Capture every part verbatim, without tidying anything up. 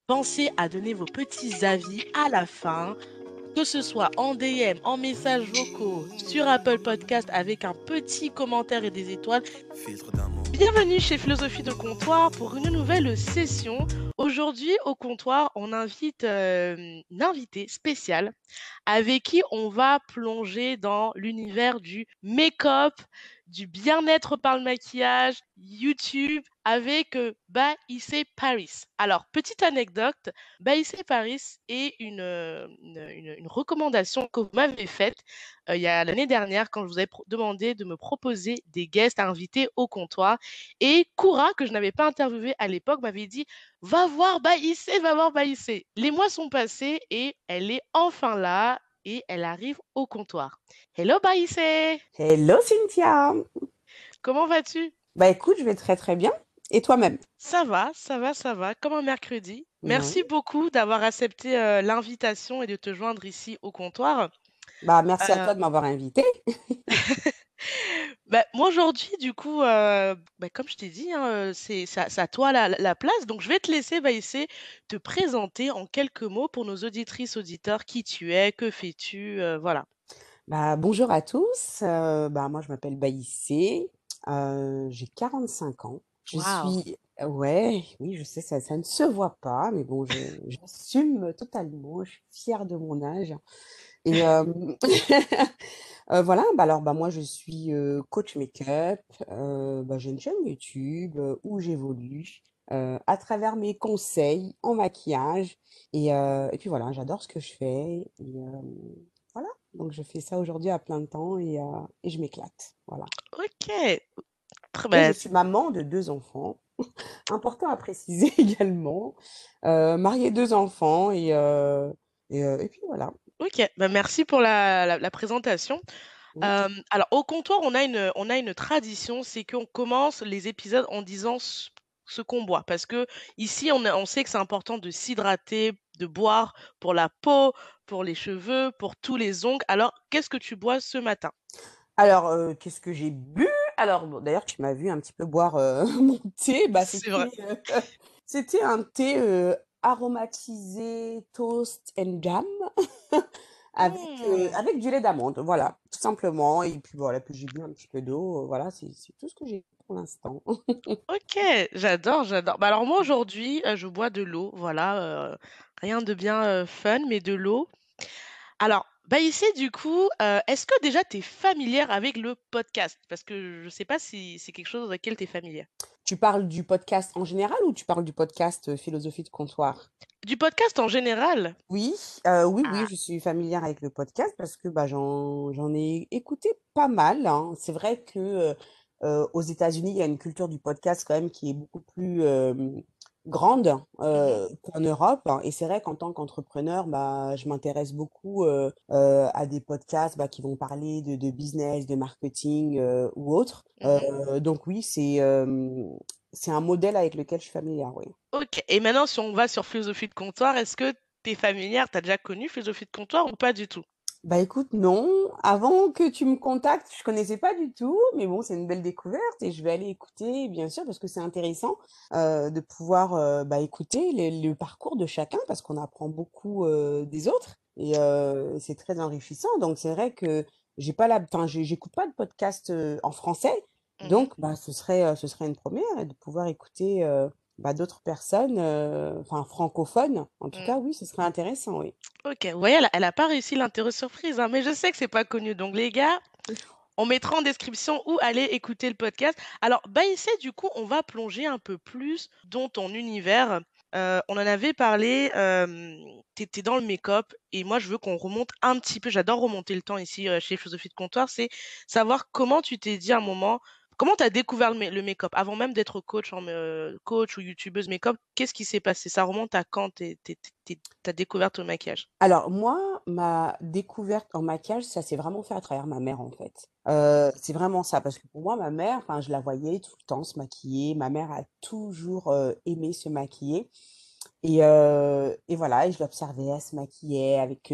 Pensez à donner vos petits avis à la fin, que ce soit en D M, en messages vocaux, sur Apple Podcast avec un petit commentaire et des étoiles. Filtre d'amour. Bienvenue chez Philosophie de Comptoir pour une nouvelle session. Aujourd'hui, au comptoir, on invite euh, une invitée spéciale avec qui on va plonger dans l'univers du make-up, du bien-être par le maquillage, YouTube, avec euh, Baïssé Paris. Alors, petite anecdote, Baïssé Paris est une, euh, une, une- une recommandation que vous m'avez faite euh, il y a l'année dernière quand je vous avais pro- demandé de me proposer des guests à inviter au comptoir. Et Koura, que je n'avais pas interviewé à l'époque, m'avait dit va voir Baïssé, va voir Baïssé. Les mois sont passés et elle est enfin là et elle arrive au comptoir. Hello Baïssé, Hello Cynthia. comment vas-tu? Bah écoute, je vais très très bien. Et toi-même? Ça va, ça va, ça va, comme un mercredi. Oui. Merci beaucoup d'avoir accepté euh, l'invitation et de te joindre ici au comptoir. Bah merci à Euh, toi de m'avoir invité. bah, moi aujourd'hui, du coup, euh, bah, comme je t'ai dit, hein, euh, c'est c'est à c'est à toi la, la place. Donc je vais te laisser, Baïssé, te présenter en quelques mots pour nos auditrices, auditeurs, qui tu es, que fais-tu, euh, voilà. Bah bonjour à tous. Euh, bah moi je m'appelle Baïssé. Euh, j'ai quarante-cinq ans. Je Waouh. suis ouais, oui, je sais ça ça ne se voit pas, mais bon, je j'assume totalement. Je suis fière de mon âge. Et euh, euh, voilà, bah alors bah moi je suis euh, coach make-up. Euh, bah, j'ai une chaîne YouTube euh, où j'évolue euh, à travers mes conseils en maquillage. Et, euh, et puis voilà, j'adore ce que je fais. Et, euh, voilà, donc je fais ça aujourd'hui à plein temps et, euh, et je m'éclate. Voilà. Ok. Très Et je bien. suis maman de deux enfants. Important à préciser également. Euh, mariée deux enfants et, euh, et, euh, et puis voilà. Ok, bah merci pour la, la- la présentation. Mm. Euh, alors, au comptoir, on a une, on a une tradition, c'est qu'on commence les épisodes en disant ce, ce qu'on boit. Parce que ici, on, a- on sait que c'est important de s'hydrater, de boire pour la peau, pour les cheveux, pour tous les ongles. Alors, qu'est-ce que tu bois ce matin? Alors, euh, qu'est-ce que j'ai bu? Alors, bon, d'ailleurs, tu m'as vu un petit peu boire euh, mon thé. Bah, C'est vrai. c'était euh, c'était un thé euh, aromatisé toast and jam avec euh, Hmm, avec du lait d'amande. Voilà, tout simplement. Et puis voilà, puis j'ai bu un petit peu d'eau. euh, Voilà, c'est c'est tout ce que j'ai pour l'instant. ok, j'adore, j'adore. Bah alors moi, aujourd'hui, euh, je bois de l'eau. Voilà, euh, rien de bien euh, fun, mais de l'eau. Alors, bah ici, du coup, euh, est-ce que déjà tu es familière avec le podcast? Parce que je ne sais pas si c'est quelque chose dans lequel tu es familière. Tu parles du podcast en général ou tu parles du podcast euh, Philosophie de comptoir? Du podcast en général? Oui, heu, oui, oui, Ah, je suis familière avec le podcast parce que, bah, j'en j'en ai écouté pas mal, hein. C'est vrai que, heu heu, aux États-Unis, il y a une culture du podcast quand même qui est beaucoup plus, hem, grande, mhm, heu, qu'en Europe, hein. Et c'est vrai qu'en tant qu'entrepreneur, bah, je m'intéresse beaucoup, heu heu, à des podcasts, bah, qui vont parler de de business, de marketing, heu, ou autre. mhm. Heu, donc oui, c'est, hem, c'est un modèle avec lequel je suis familière, oui. Ok. Et maintenant, si on va sur philosophie de comptoir, est-ce que tu es familière? Tu as déjà connu philosophie de comptoir ou pas du tout? Bah écoute, non. Avant que tu me contactes, je connaissais pas du tout, mais bon, c'est une belle découverte et je vais aller écouter, bien sûr, parce que c'est intéressant euh, de pouvoir euh, bah, écouter le, le parcours de chacun, parce qu'on apprend beaucoup euh, des autres et euh, c'est très enrichissant. Donc c'est vrai que j'ai pas la, enfin, j'ai- j'écoute pas de podcast euh, en français, Mhm. donc bah ce serait, euh, ce serait une première et de pouvoir écouter euh, bah, d'autres personnes, euh, enfin francophones. En tout Mm. cas, oui, ce serait intéressant, oui. Ok, vous voyez, elle a, elle a pas réussi l'interro surprise, hein, mais je sais que c'est pas connu. Donc les gars, on mettra en description où aller écouter le podcast. Alors, Baïssé, du coup, on va plonger un peu plus dans ton univers. Euh, on en avait parlé, euh, t'étais dans le make-up et moi je veux qu'on remonte un petit peu, j'adore remonter le temps ici euh, chez Philosophie de Comptoir, c'est savoir comment tu t'es dit à un moment, comment tu as découvert le, ma- le make-up avant même d'être coach, en, euh, coach ou youtubeuse make-up, qu'est-ce qui s'est passé? Ça remonte à quand t'es, t'es- t'es- ta découverte au maquillage? Alors moi, ma découverte en maquillage, ça s'est vraiment fait à travers ma mère en fait. Heu, c'est vraiment ça parce que pour moi, ma mère, enfin, je la voyais tout le temps se maquiller. Ma mère a toujours, heu, aimé se maquiller et heu et voilà et je l'observais, elle se maquillait avec, heu,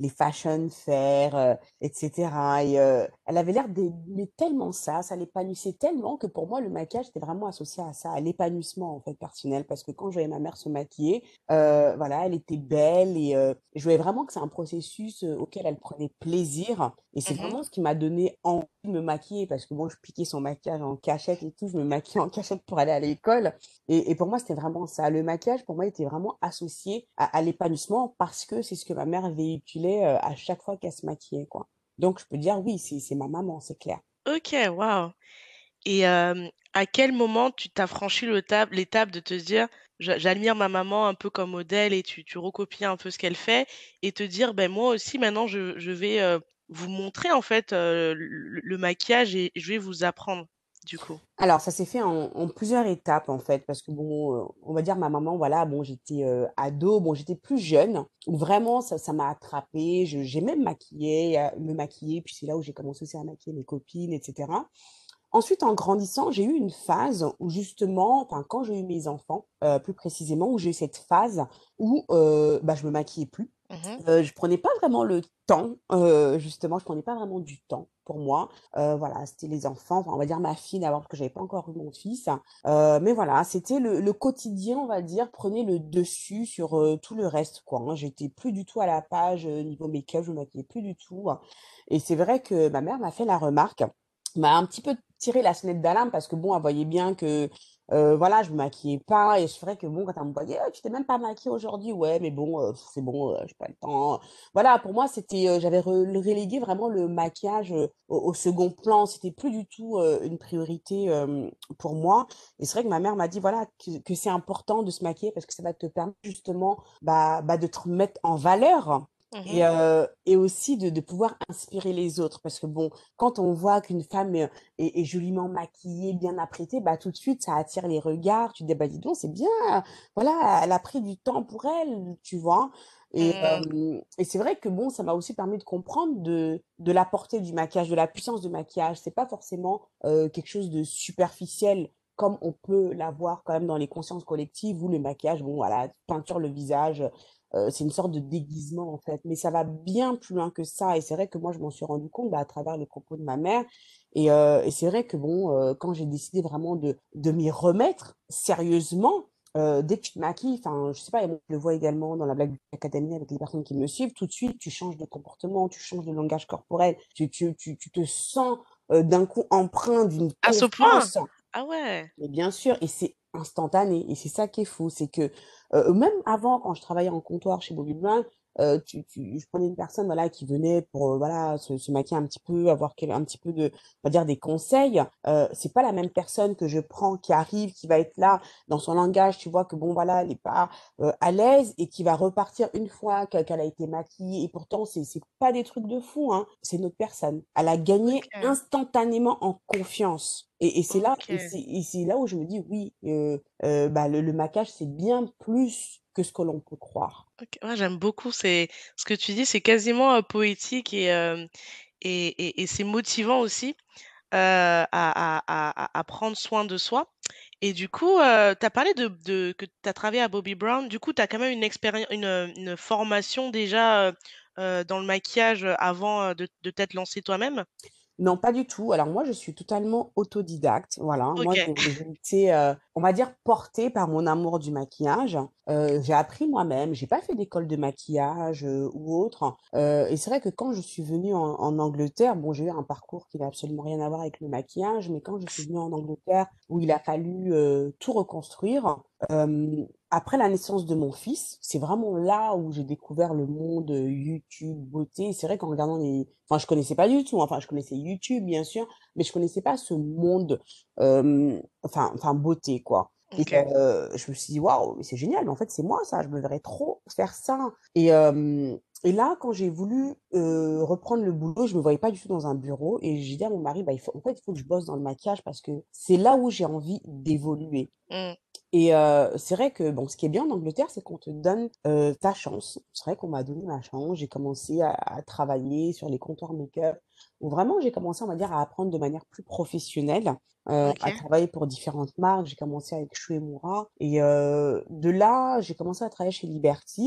les fashion fairs, heu, et cetera et heu, elle avait l'air d'aimer tellement ça, ça l'épanouissait tellement que pour moi le maquillage était vraiment associé à ça, à l'épanouissement en fait personnel. Parce que quand je voyais ma mère se maquiller, heu, voilà, elle était belle et heu, je voyais vraiment que c'est un processus, heu, auquel elle prenait plaisir et c'est Mmh. vraiment ce qui m'a donné envie de me maquiller parce que bon, je piquais son maquillage en cachette et tout, je me maquillais en cachette pour aller à l'école et et pour moi, c'était vraiment ça. Le maquillage, pour moi, était vraiment associé à à l'épanouissement parce que c'est ce que ma mère véhiculait, heu, à chaque fois qu'elle se maquillait, quoi. Donc je peux dire oui, c'est c'est ma maman, c'est clair. OK, waouh. Et hem, à quel moment tu t'as franchi le tap l'étape de te dire: «Je j'admire ma maman un peu comme modèle» et tu tu recopies un peu ce qu'elle fait et te dire: ben moi aussi maintenant je je vais, heu, vous montrer en fait, heu, le le maquillage et je vais vous apprendre», du coup? Alors ça s'est fait en en plusieurs étapes, en fait, parce que bon, heu, on va dire ma maman, voilà, bon, j'étais, heu, ado, bon, j'étais plus jeune, où vraiment ça ça m'a attrapée, je j'aimais me maquiller, heu, me maquiller, puis c'est là où j'ai commencé aussi à maquiller mes copines et cetera. Ensuite, en grandissant, j'ai eu une phase où justement, enfin, quand j'ai eu mes enfants, heu, plus précisément, où j'ai eu cette phase où, heu, bah, je me maquillais plus. Mmh. Heu, je prenais pas vraiment le temps, heu, justement, je prenais pas vraiment du temps pour moi. Heu, voilà, c'était les enfants, enfin, on va dire ma fille d'abord, parce que j'avais pas encore eu mon fils. Heu, mais voilà, c'était le le quotidien, on va dire, prenait le dessus sur, heu, tout le reste, quoi, hein. J'étais plus du tout à la page, heu, niveau make-up, je me maquillais plus du tout, hein. Et c'est vrai que ma mère m'a fait la remarque, m'a un petit peu tiré la sonnette d'alarme parce que bon, elle voyait bien que, heu, voilà, je me maquillais pas et c'est vrai que bon, quand elle me voyait: «Oh, tu t'es même pas maquillée aujourd'hui?» «Ouais, mais bon, heu, c'est bon, heu, j'ai pas le temps». Voilà, pour moi, c'était, heu, j'avais re relégué vraiment le maquillage, heu, au au second plan. C'était plus du tout, heu, une priorité, hem, pour moi et c'est vrai que ma mère m'a dit, voilà, que que c'est important de se maquiller parce que ça va te permettre justement, bah bah, de te remettre en valeur Mmh. et heu et aussi de de pouvoir inspirer les autres. Parce que bon, quand on voit qu'une femme, heu, est est joliment maquillée, bien apprêtée, bah, tout de suite, ça attire les regards. Tu te dis: «Bah, dis donc, c'est bien, voilà, elle a pris du temps pour elle», tu vois? Et Mmh. hem et c'est vrai que bon, ça m'a aussi permis de comprendre de de la portée du maquillage, de la puissance du maquillage. C'est pas forcément, heu, quelque chose de superficiel comme on peut l'avoir quand même dans les consciences collectives où le maquillage, bon voilà, peinture le visage, heu, c'est une sorte de déguisement en fait. Mais ça va bien plus loin que ça et c'est vrai que moi je m'en suis rendu compte, bah, à travers les propos de ma mère et heu et c'est vrai que bon, heu, quand j'ai décidé vraiment de de m'y remettre sérieusement, heu, dès que tu te maquilles, enfin, je sais pas et moi je le vois également dans la Black Beauty Academy avec les personnes qui me suivent, tout de suite tu changes de comportement, tu changes de langage corporel, tu tu tu tu te sens, heu, d'un coup empreint d'une À ce point? confiance. Ah ouais! Mais bien sûr et c'est instantané et c'est ça qui est fou, c'est que, heu, même avant quand je travaillais en comptoir chez Bobbi Brown, heu, tu tu je prenais une personne, voilà, qui venait pour, heu, voilà, se se maquiller un petit peu, avoir quel un petit peu de on va dire des conseils, heu, c'est pas la même personne que je prends qui arrive, qui va être là dans son langage, tu vois que bon, voilà, elle est pas, heu, à l'aise et qui va repartir une fois que qu'elle a été maquillée et pourtant c'est c'est pas des trucs de fou, hein, c'est notre personne. Elle a gagné OK, instantanément en confiance et et c'est là et OK. c'est et c'est là où je me dis: «Oui, heu heu, bah, le le maquillage, c'est bien plus que ce que l'on peut croire». OK, ouais, j'aime beaucoup, c'est ce que tu dis, c'est quasiment, heu, poétique et hem et et et c'est motivant aussi, heu, à à à à à prendre soin de soi et du coup, heu, tu as parlé de de que tu as travaillé à Bobbi Brown. Du coup, tu as quand même une expérie une, heu, une formation déjà, heu heu, dans le maquillage, heu, avant, heu, de de t'être lancée toi-même? Non, pas du tout. Alors moi, je suis totalement autodidacte, voilà. Moi, OK. j'ai j'ai été, heu, on va dire, portée par mon amour du maquillage. Heu, j'ai appris moi-même, j'ai pas fait d'école de maquillage, heu, ou autre. Heu et c'est vrai que quand je suis venue en en Angleterre, bon, j'ai eu un parcours qui n'a absolument rien à voir avec le maquillage, mais quand je suis venue en Angleterre, où il a fallu, heu, tout reconstruire, hem, après la naissance de mon fils, c'est vraiment là où j'ai découvert le monde, heu, YouTube, beauté. Et c'est vrai qu'en regardant les enfin, je connaissais pas du tout, enfin, je connaissais YouTube, bien sûr, mais je connaissais pas ce monde, hem, enfin enfin beauté, quoi et OK. heu, je me suis dit: «Waouh, mais c'est génial, mais en fait, c'est moi ça, je me verrais trop faire ça» et hem et là, quand j'ai voulu, heu, reprendre le boulot, je me voyais pas du tout dans un bureau et j'ai dit à mon mari: «Bah, il faut en fait, il faut que je bosse dans le maquillage parce que c'est là où j'ai envie d'évoluer». Mmh. Et heu, c'est vrai que bon, ce qui est bien en Angleterre, c'est qu'on te donne, heu, ta chance. C'est vrai qu'on m'a donné ma chance. J'ai commencé à à travailler sur les comptoirs make-up où vraiment j'ai commencé, on va dire, à apprendre de manière plus professionnelle, heu, à OK. travailler pour différentes marques. J'ai commencé avec Shu Uemura et heu, de là, j'ai commencé à travailler chez Liberty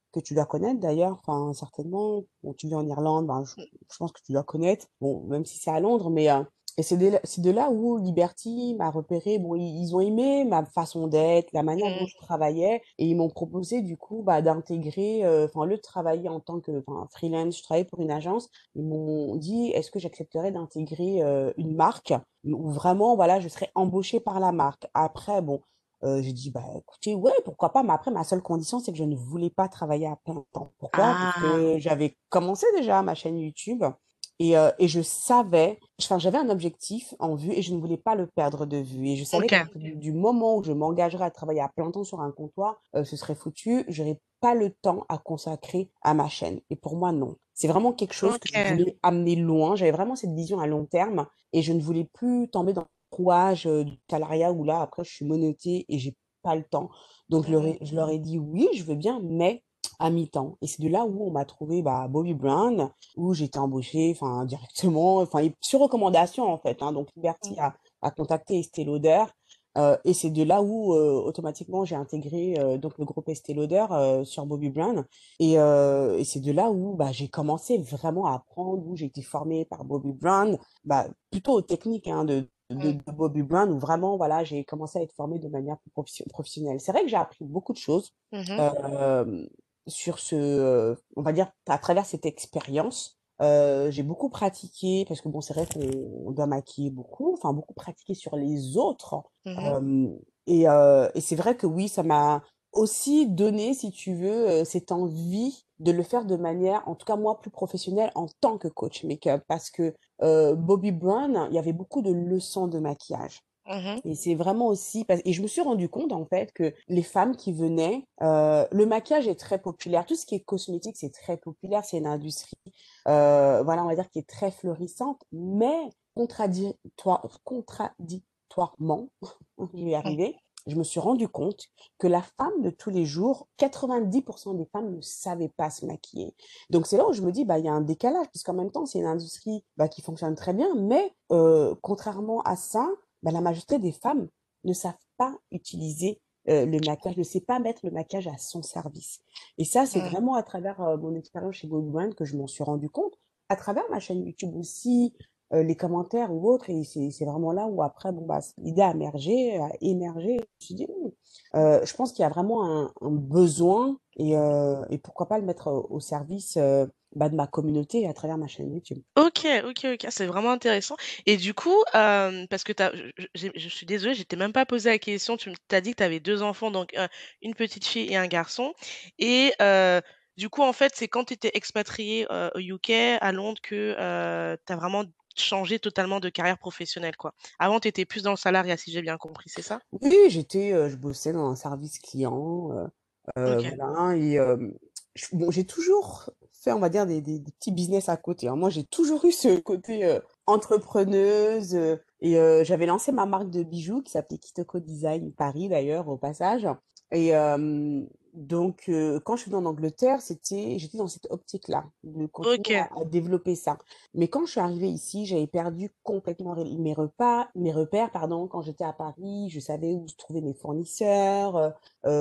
que tu dois connaître d'ailleurs, enfin certainement. Bon, tu vis en Irlande, ben, je, je pense que tu dois connaître, bon, même si c'est à Londres, mais euh, et c'est de, c'est de là où Liberty m'a repéré. Bon, ils, ils ont aimé ma façon d'être, la manière dont Mhm. je travaillais, et ils m'ont proposé du coup bah, d'intégrer, euh, enfin, au lieu de travailler en tant que enfin, freelance, je travaillais pour une agence. Ils m'ont dit, est-ce que j'accepterais d'intégrer euh, une marque où vraiment, voilà, je serais embauchée par la marque. Après, bon, euh, j'ai dit, bah, écoutez, ouais, pourquoi pas, mais après, ma seule condition, c'est que je ne voulais pas travailler à plein temps. Pourquoi? Parce Ah, que j'avais commencé déjà ma chaîne YouTube et, euh, et je savais, enfin, j'avais un objectif en vue et je ne voulais pas le perdre de vue. Et je savais ok. qu'à partir du, du moment où je m'engagerais à travailler à plein temps sur un comptoir, euh, ce serait foutu. J'aurais pas le temps à consacrer à ma chaîne. Et pour moi, non. C'est vraiment quelque chose que je Ok. voulais amener loin. J'avais vraiment cette vision à long terme et je ne voulais plus tomber dans le rouage euh, du salariat où là, après, je suis monoté et j'ai pas le temps. Donc, je leur Mhm. ai, je leur ai dit oui, je veux bien, mais à mi-temps. Et c'est de là où on m'a trouvé bah, Bobby Brown, où j'ai été embauchée enfin, directement, enfin, et sur recommandation en fait. Hein. Donc, Liberty Mhm. a, a contacté Estée Lauder. Euh, et c'est de là où euh, automatiquement j'ai intégré euh, donc le groupe Estée Lauder euh, sur Bobby Brown. Et, euh, et c'est de là où bah, j'ai commencé vraiment à apprendre, où j'ai été formée par Bobby Brown, bah, plutôt aux techniques hein, de, de, Mhm. de Bobby Brown, où vraiment voilà, j'ai commencé à être formée de manière plus profession- professionnelle. C'est vrai que j'ai appris beaucoup de choses Mhm. euh, sur ce, euh, on va dire, à travers cette expérience. Euh, j'ai beaucoup pratiqué, parce que bon, c'est vrai qu'on on doit maquiller beaucoup, enfin beaucoup pratiquer sur les autres. Mhm. Euh, et euh, et c'est vrai que oui, ça m'a aussi donné, si tu veux, euh, cette envie de le faire de manière, en tout cas moi, plus professionnelle en tant que coach make-up, parce que euh, Bobby Brown, il y avait beaucoup de leçons de maquillage. Mhm. Et c'est vraiment aussi parce et je me suis rendu compte en fait que les femmes qui venaient, euh, le maquillage est très populaire. Tout ce qui est cosmétique, c'est très populaire. C'est une industrie, euh, voilà, on va dire qui est très florissante, mais contradictoire, contradictoirement, je vais y Mhm. arriver. Je me suis rendu compte que la femme de tous les jours, quatre-vingt-dix pour cent des femmes ne savaient pas se maquiller. Donc c'est là où je me dis, bah, il y a un décalage, puisqu'en même temps, c'est une industrie bah, qui fonctionne très bien, mais euh, contrairement à ça, bah, la majorité des femmes ne savent pas utiliser euh, le maquillage, ne sait pas mettre le maquillage à son service. Et ça, c'est Mhm. vraiment à travers euh, mon expérience chez Bobbi Brown que je m'en suis rendu compte, à travers ma chaîne YouTube aussi, euh, les commentaires ou autres, et c'est c'est vraiment là où après, bon, bah, l'idée a émergé, a émergé. Je me suis dit, hmm, euh, je pense qu'il y a vraiment un, un besoin, et, euh, et pourquoi pas le mettre au, au service euh, bah, de ma communauté à travers ma chaîne YouTube. Ok, ok, ok, c'est vraiment intéressant. Et du coup, euh, parce que t'as, je, je- je suis désolée, je t'ai même pas posé la question. Tu t'as dit que tu avais deux enfants, donc euh, une petite fille et un garçon. Et euh, du coup, en fait, c'est quand tu étais expatriée euh, au U K, à Londres, que tu as vraiment changé totalement de carrière professionnelle, quoi. Avant, tu étais plus dans le salariat, si j'ai bien compris, c'est ça? Oui, j'étais, euh, je bossais dans un service client, euh, euh, Ok, voilà, et euh, je- bon, j'ai toujours fait, on va dire, des, des- des petits business à côté. Hein. Moi, j'ai toujours eu ce côté euh, entrepreneuse, euh, et euh, j'avais lancé ma marque de bijoux qui s'appelait Kitoko Design Paris, d'ailleurs, au passage. Et euh, donc, euh, quand je suis en Angleterre, c'était, j'étais dans cette optique-là, de continuer ok, à, à développer ça. Mais quand je suis arrivée ici, j'avais perdu complètement ré- mes repas, mes repères, pardon. Quand j'étais à Paris, je savais où se trouvaient mes fournisseurs. Euh,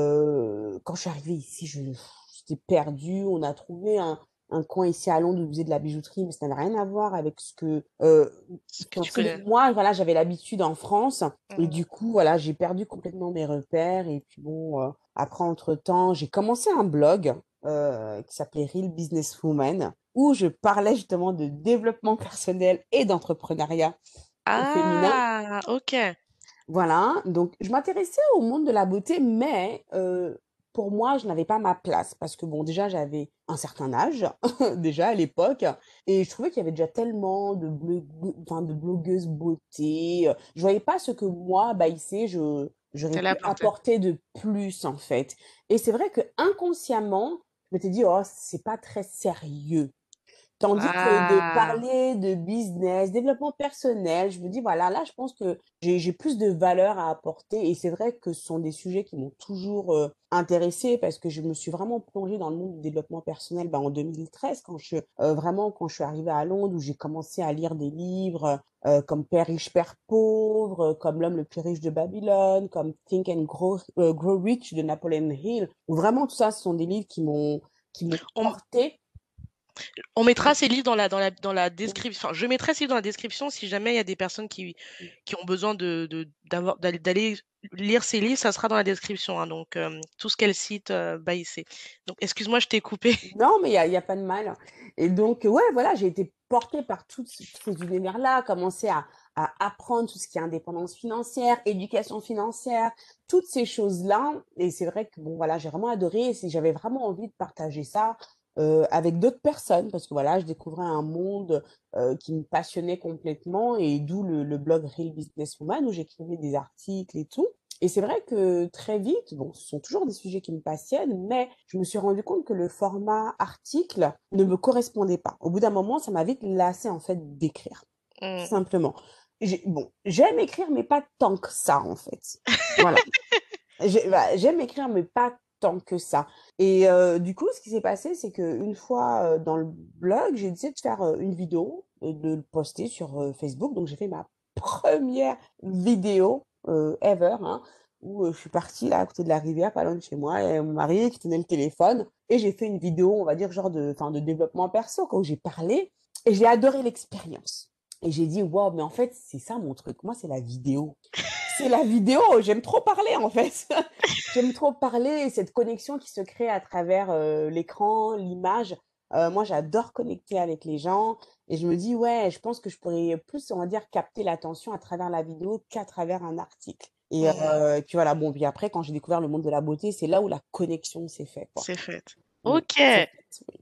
euh, quand je suis arrivée ici, je, j'étais perdue. On a trouvé un, un coin ici à Londres où ils faisaient de la bijouterie, mais ça n'avait rien à voir avec ce que, euh, ce que enfin, tu ce dont connais. moi, voilà, j'avais l'habitude en France. Et Mhm. du coup, voilà, j'ai perdu complètement mes repères. Et puis bon, euh, après, entre-temps, j'ai commencé un blog euh, qui s'appelait Real Business Woman où je parlais justement de développement personnel et d'entrepreneuriat au féminin. Ah, ok. Voilà, donc je m'intéressais au monde de la beauté, mais euh, pour moi, je n'avais pas ma place parce que bon, déjà, j'avais un certain âge, déjà à l'époque, et je trouvais qu'il y avait déjà tellement de, blo- enfin, de blogueuses beauté. Je voyais pas ce que moi, Baïsé, je, j'aurais T'allais pu apporter. apporter de plus, en fait. Et c'est vrai que inconsciemment, je m'étais dit, oh, c'est pas très sérieux. Tandis que de Ah. parler de business, développement personnel, je me dis, voilà, là, je pense que j'ai, j'ai plus de valeur à apporter. Et c'est vrai que ce sont des sujets qui m'ont toujours euh, intéressée parce que je me suis vraiment plongée dans le monde du développement personnel bah, en deux mille treize, quand je, euh, vraiment, quand je suis arrivée à Londres, où j'ai commencé à lire des livres euh, comme Père riche, Père pauvre, comme L'homme le plus riche de Babylone, comme Think and Grow, euh, Grow Rich de Napoleon Hill, où vraiment tout ça, ce sont des livres qui m'ont qui m'ont On, porté. on mettra ces livres dans la, dans la, dans la description. Enfin, je mettrai ces livres dans la description si jamais il y a des personnes qui, qui ont besoin de, de, d'avoir, d'aller d'aller lire ces livres, ça sera dans la description, hein. Donc, euh, tout ce qu'elle cite, euh, bah, ici. Donc, excuse-moi, je t'ai coupé. Non, mais il y a, il y a pas de mal. Et donc, ouais, voilà, j'ai été portée par tous ces tous ces univers-là, commencer à, à apprendre tout ce qui est indépendance financière, éducation financière, toutes ces choses-là. Et c'est vrai que, bon, voilà, j'ai vraiment adoré et c'est- j'avais vraiment envie de partager ça euh, avec d'autres personnes parce que, voilà, je découvrais un monde euh, qui me passionnait complètement et d'où le, le blog Real Business Woman où j'écrivais des articles et tout. Et c'est vrai que très vite, bon, ce sont toujours des sujets qui me passionnent, mais je me suis rendu compte que le format article ne me correspondait pas. Au bout d'un moment, ça m'a vite lassé en fait d'écrire, tout Mm. simplement. J'ai- Bon, j'aime écrire, mais pas tant que ça en fait. Voilà. J'ai- bah, J'aime écrire, mais pas tant que ça. Et euh, du coup, ce qui s'est passé, c'est qu'une fois euh, dans le blog, j'ai décidé de faire euh, une vidéo, et de le poster sur euh, Facebook. Donc, j'ai fait ma première vidéo euh, ever, hein, où euh, je suis partie là à côté de la rivière, pas loin de chez moi, et mon mari qui tenait le téléphone. Et j'ai fait une vidéo, on va dire, genre de, enfin, de développement perso, quand j'ai parlé. Et j'ai adoré l'expérience. Et j'ai dit, waouh, mais en fait, c'est ça mon truc. Moi, c'est la vidéo. C'est la vidéo, j'aime trop parler en fait. J'aime trop parler, cette connexion qui se crée à travers euh, l'écran, l'image. Euh, moi, j'adore connecter avec les gens et je me dis, ouais, je pense que je pourrais plus, on va dire, capter l'attention à travers la vidéo qu'à travers un article. Et Mm. euh, puis voilà, bon, puis après, quand j'ai découvert le monde de la beauté, c'est là où la connexion s'est faite, quoi. C'est fait. Mm, Ok. c'est fait, oui.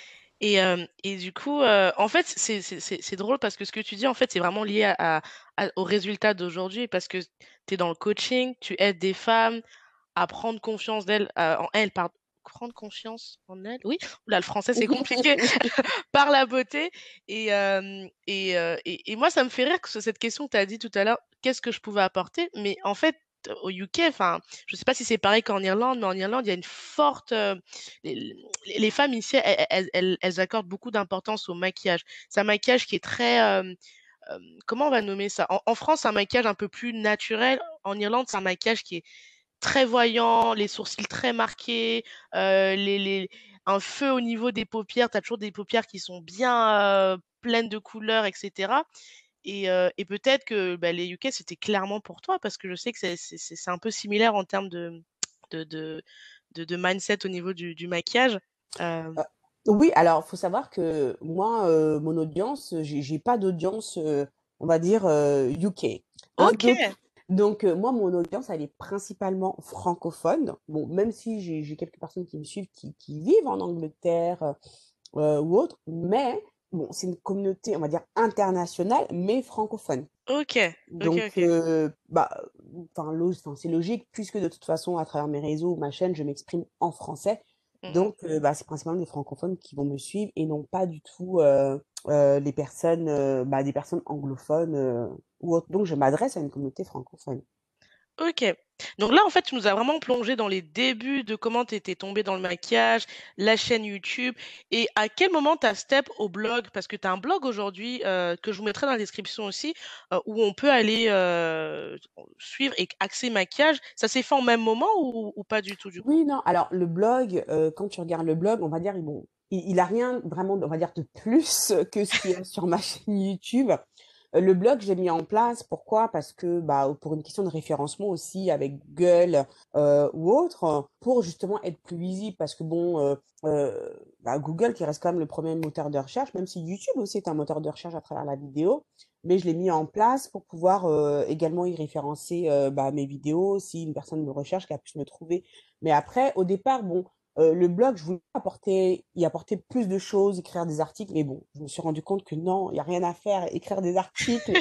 Et, euh, et du coup, euh, en fait, c'est c'est- c'est- c'est drôle parce que ce que tu dis, en fait, c'est vraiment lié à, à- à- aux résultats d'aujourd'hui parce que tu es dans le coaching, tu aides des femmes à prendre confiance d'elles, euh, en elles, pardon. Prendre confiance en elles, oui. Là, le français, c'est compliqué. Par la beauté. Et, euh, et, euh, et, et moi, ça me fait rire que ce- cette question que tu as dit tout à l'heure, qu'est-ce que je pouvais apporter? Mais en fait, au U K, enfin, je sais pas si c'est pareil qu'en Irlande, mais en Irlande, il y a une forte. euh, les, les femmes ici, elles, elles, elles- elles accordent beaucoup d'importance au maquillage. C'est un maquillage qui est très. euh, euh, comment on va nommer ça? En, en France, c'est un maquillage un peu plus naturel. En Irlande, c'est un maquillage qui est très voyant, les sourcils très marqués, euh, les, les- un feu au niveau des paupières. Tu as toujours des paupières qui sont bien euh, pleines de couleurs, et cetera. Et, euh, et peut-être que bah, les U K, c'était clairement pour toi, parce que je sais que c'est c'est- c'est- c'est un peu similaire en termes de, de, de, de, de mindset au niveau du, du maquillage. Euh, Euh, oui, alors, faut savoir que moi, euh, mon audience, j'ai j'ai pas d'audience, euh, on va dire, euh, U K. Hein, ok, donc, donc euh, moi, mon audience, elle est principalement francophone. Bon, même si j'ai j'ai quelques personnes qui me suivent qui, qui vivent en Angleterre euh, ou autre, mais bon, c'est une communauté, on va dire, internationale, mais francophone. ok, ok, Donc, ok. euh, bah, enfin, lo- enfin, c'est logique, puisque de toute façon, à travers mes réseaux, ma chaîne, je m'exprime en français. Mm, mm. Donc, euh, bah, c'est principalement des francophones qui vont me suivre et non pas du tout euh, euh, les personnes, euh, bah, des personnes anglophones euh, ou autres. Donc, je m'adresse à une communauté francophone. Ok. Donc là, en fait, tu nous as vraiment plongé dans les débuts de comment tu étais tombée dans le maquillage, la chaîne YouTube, et à quel moment tu as step au blog, parce que tu as un blog aujourd'hui euh, que je vous mettrai dans la description aussi, euh, où on peut aller euh, suivre et accès maquillage. Ça s'est fait en même moment ou, ou pas du tout du coup? Oui, non. Alors, le blog, euh, quand tu regardes le blog, on va dire, bon, il, il a rien vraiment, on va dire, de plus que ce qu'il y a sur ma chaîne YouTube. Euh, Le blog, j'ai mis en place. Pourquoi? Parce que, bah, pour une question de référencement aussi avec Google euh, ou autre, pour justement être plus visible. Parce que bon, euh, euh, bah, Google qui reste quand même le premier moteur de recherche, même si YouTube aussi est un moteur de recherche à travers la vidéo. Mais je l'ai mis en place pour pouvoir euh, également y référencer euh, bah, mes vidéos. Si une personne me recherche, qu'elle puisse me trouver. Mais après, au départ, bon, euh, le blog, je voulais apporter, y apporter plus de choses, écrire des articles, mais bon, je me suis rendu compte que non, il n'y a rien à faire, écrire des articles.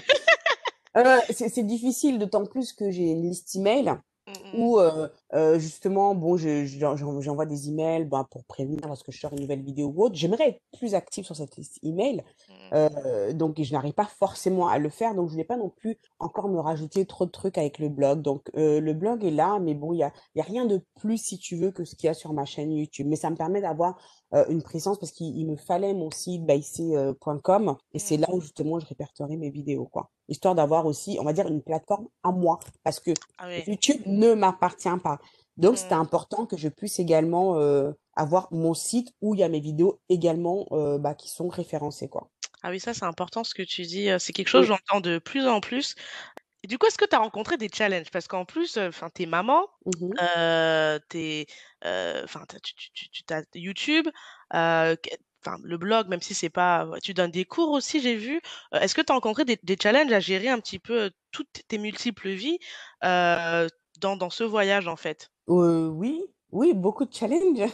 Euh, c'est c'est difficile, d'autant plus que j'ai une liste email Mm, mm, où euh, euh, justement, bon, je, je- j'en- j'envoie des emails ben, pour prévenir lorsque je sors une nouvelle vidéo ou autre. J'aimerais être plus active sur cette liste email, mm, euh, donc je n'arrive pas forcément à le faire, donc je ne voulais pas non plus encore me rajouter trop de trucs avec le blog. Donc euh, le blog est là, mais bon, il y a, il y a rien de plus si tu veux que ce qu'il y a sur ma chaîne YouTube. Mais ça me permet d'avoir euh, une présence parce qu'il il me fallait mon site baïsé point com et c'est mm. là où justement je répertorie mes vidéos, quoi. Histoire d'avoir aussi, on va dire, une plateforme à moi parce que Ah oui. YouTube ne m'appartient pas. Donc, c'était Mm. important que je puisse également euh, avoir mon site où il y a mes vidéos également euh, bah, qui sont référencées, quoi. Ah oui, ça, c'est important ce que tu dis. euh, C'est quelque chose que Oui. j'entends de plus en plus. Et du coup, est-ce que tu as rencontré des challenges? Parce qu'en plus, enfin, t'es maman, Mhm. heu, tu es, enfin, tu tu tu tu tu YouTube, heu, que enfin, le blog, même si c'est pas ouais, tu donnes des cours aussi, j'ai vu. Heu, est-ce que tu as rencontré des des challenges à gérer un petit peu, heu, toutes tes multiples vies, heu, dans dans ce voyage, en fait? Euh, oui, oui, beaucoup de challenges.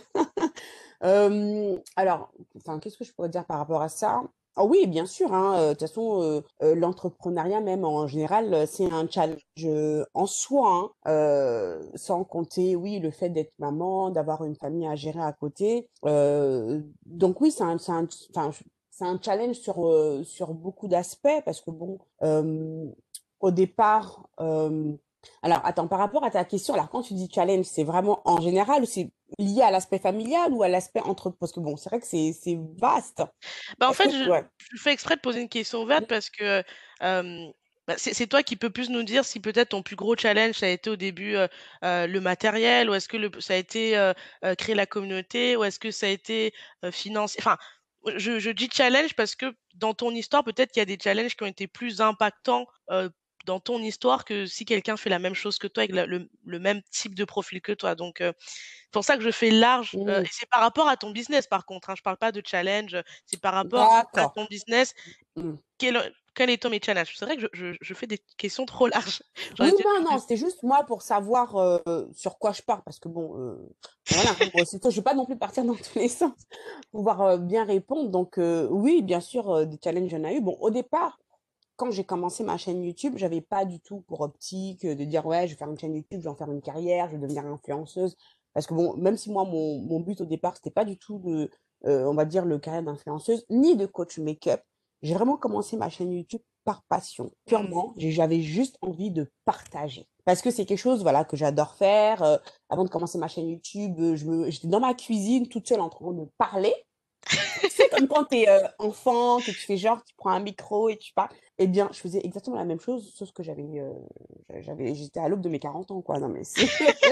Hem, alors, enfin, qu'est-ce que je pourrais dire par rapport à ça? Ah oui, bien sûr, hein, heu, de toute façon, heu heu, l'entrepreneuriat même en général, heu, c'est un challenge, heu, en soi, hein, heu, sans compter, oui, le fait d'être maman, d'avoir une famille à gérer à côté. Heu, donc oui, c'est un c'est un enfin, ch c'est un challenge sur, heu, sur beaucoup d'aspects parce que bon, hem, au départ, hem alors attends, par rapport à ta question, alors quand tu dis challenge, c'est vraiment en général ou c'est lié à l'aspect familial ou à l'aspect entre parce que bon, c'est vrai que c'est c'est vaste. Bah, en Est-ce que fait, je ouais. je fais exprès de poser une question ouverte parce que, hem, bah, c'est c'est toi qui peux plus nous dire si peut-être ton plus gros challenge, ça a été au début, heu heu, le matériel ou est-ce que le ça a été, heu heu, créer la communauté ou est-ce que ça a été, heu, financier? Enfin, je je dis challenge parce que dans ton histoire, peut-être qu'il y a des challenges qui ont été plus impactants, heu, dans ton histoire que si quelqu'un fait la même chose que toi avec la le le même type de profil que toi donc heu c'est pour ça que je fais large, heu, Mmh, et c'est par rapport à ton business par contre, hein. Je parle pas de challenge, heu, c'est par rapport à d'accord. ton business. Mmh. Quel, quel est ton mes challenges? C'est vrai que je je je fais des questions trop larges. J'aurais Oui, dû non, être non, plus c'était juste moi pour savoir, heu, sur quoi je pars parce que bon, heu, voilà, hein, moi, c'est je vais pas non plus partir dans tous les sens, pouvoir, heu, bien répondre donc heu, oui, bien sûr, heu, des challenges, il y en a eu. Bon, au départ, quand j'ai commencé ma chaîne YouTube, j'avais pas du tout pour optique, heu, de dire: «Ouais, je vais faire une chaîne YouTube, je vais en faire une carrière, je vais devenir influenceuse». Parce que bon, même si moi mon mon but au départ, c'était pas du tout de, heu, on va dire le carrière d'influenceuse, ni de coach make-up. J'ai vraiment commencé ma chaîne YouTube par passion, mmh. purement. J'ai j'avais juste envie de partager. Parce que c'est quelque chose, voilà, que j'adore faire, heu, avant de commencer ma chaîne YouTube, heu, je me j'étais dans ma cuisine toute seule en train de parler tu sais, comme quand tu es, heu, enfant, que tu fais genre, tu prends un micro et tu parles. Eh bien, je faisais exactement la même chose, sauf que j'avais, heu, j'a j'avais j'étais à l'aube de mes quarante ans, quoi. Non, mais c'est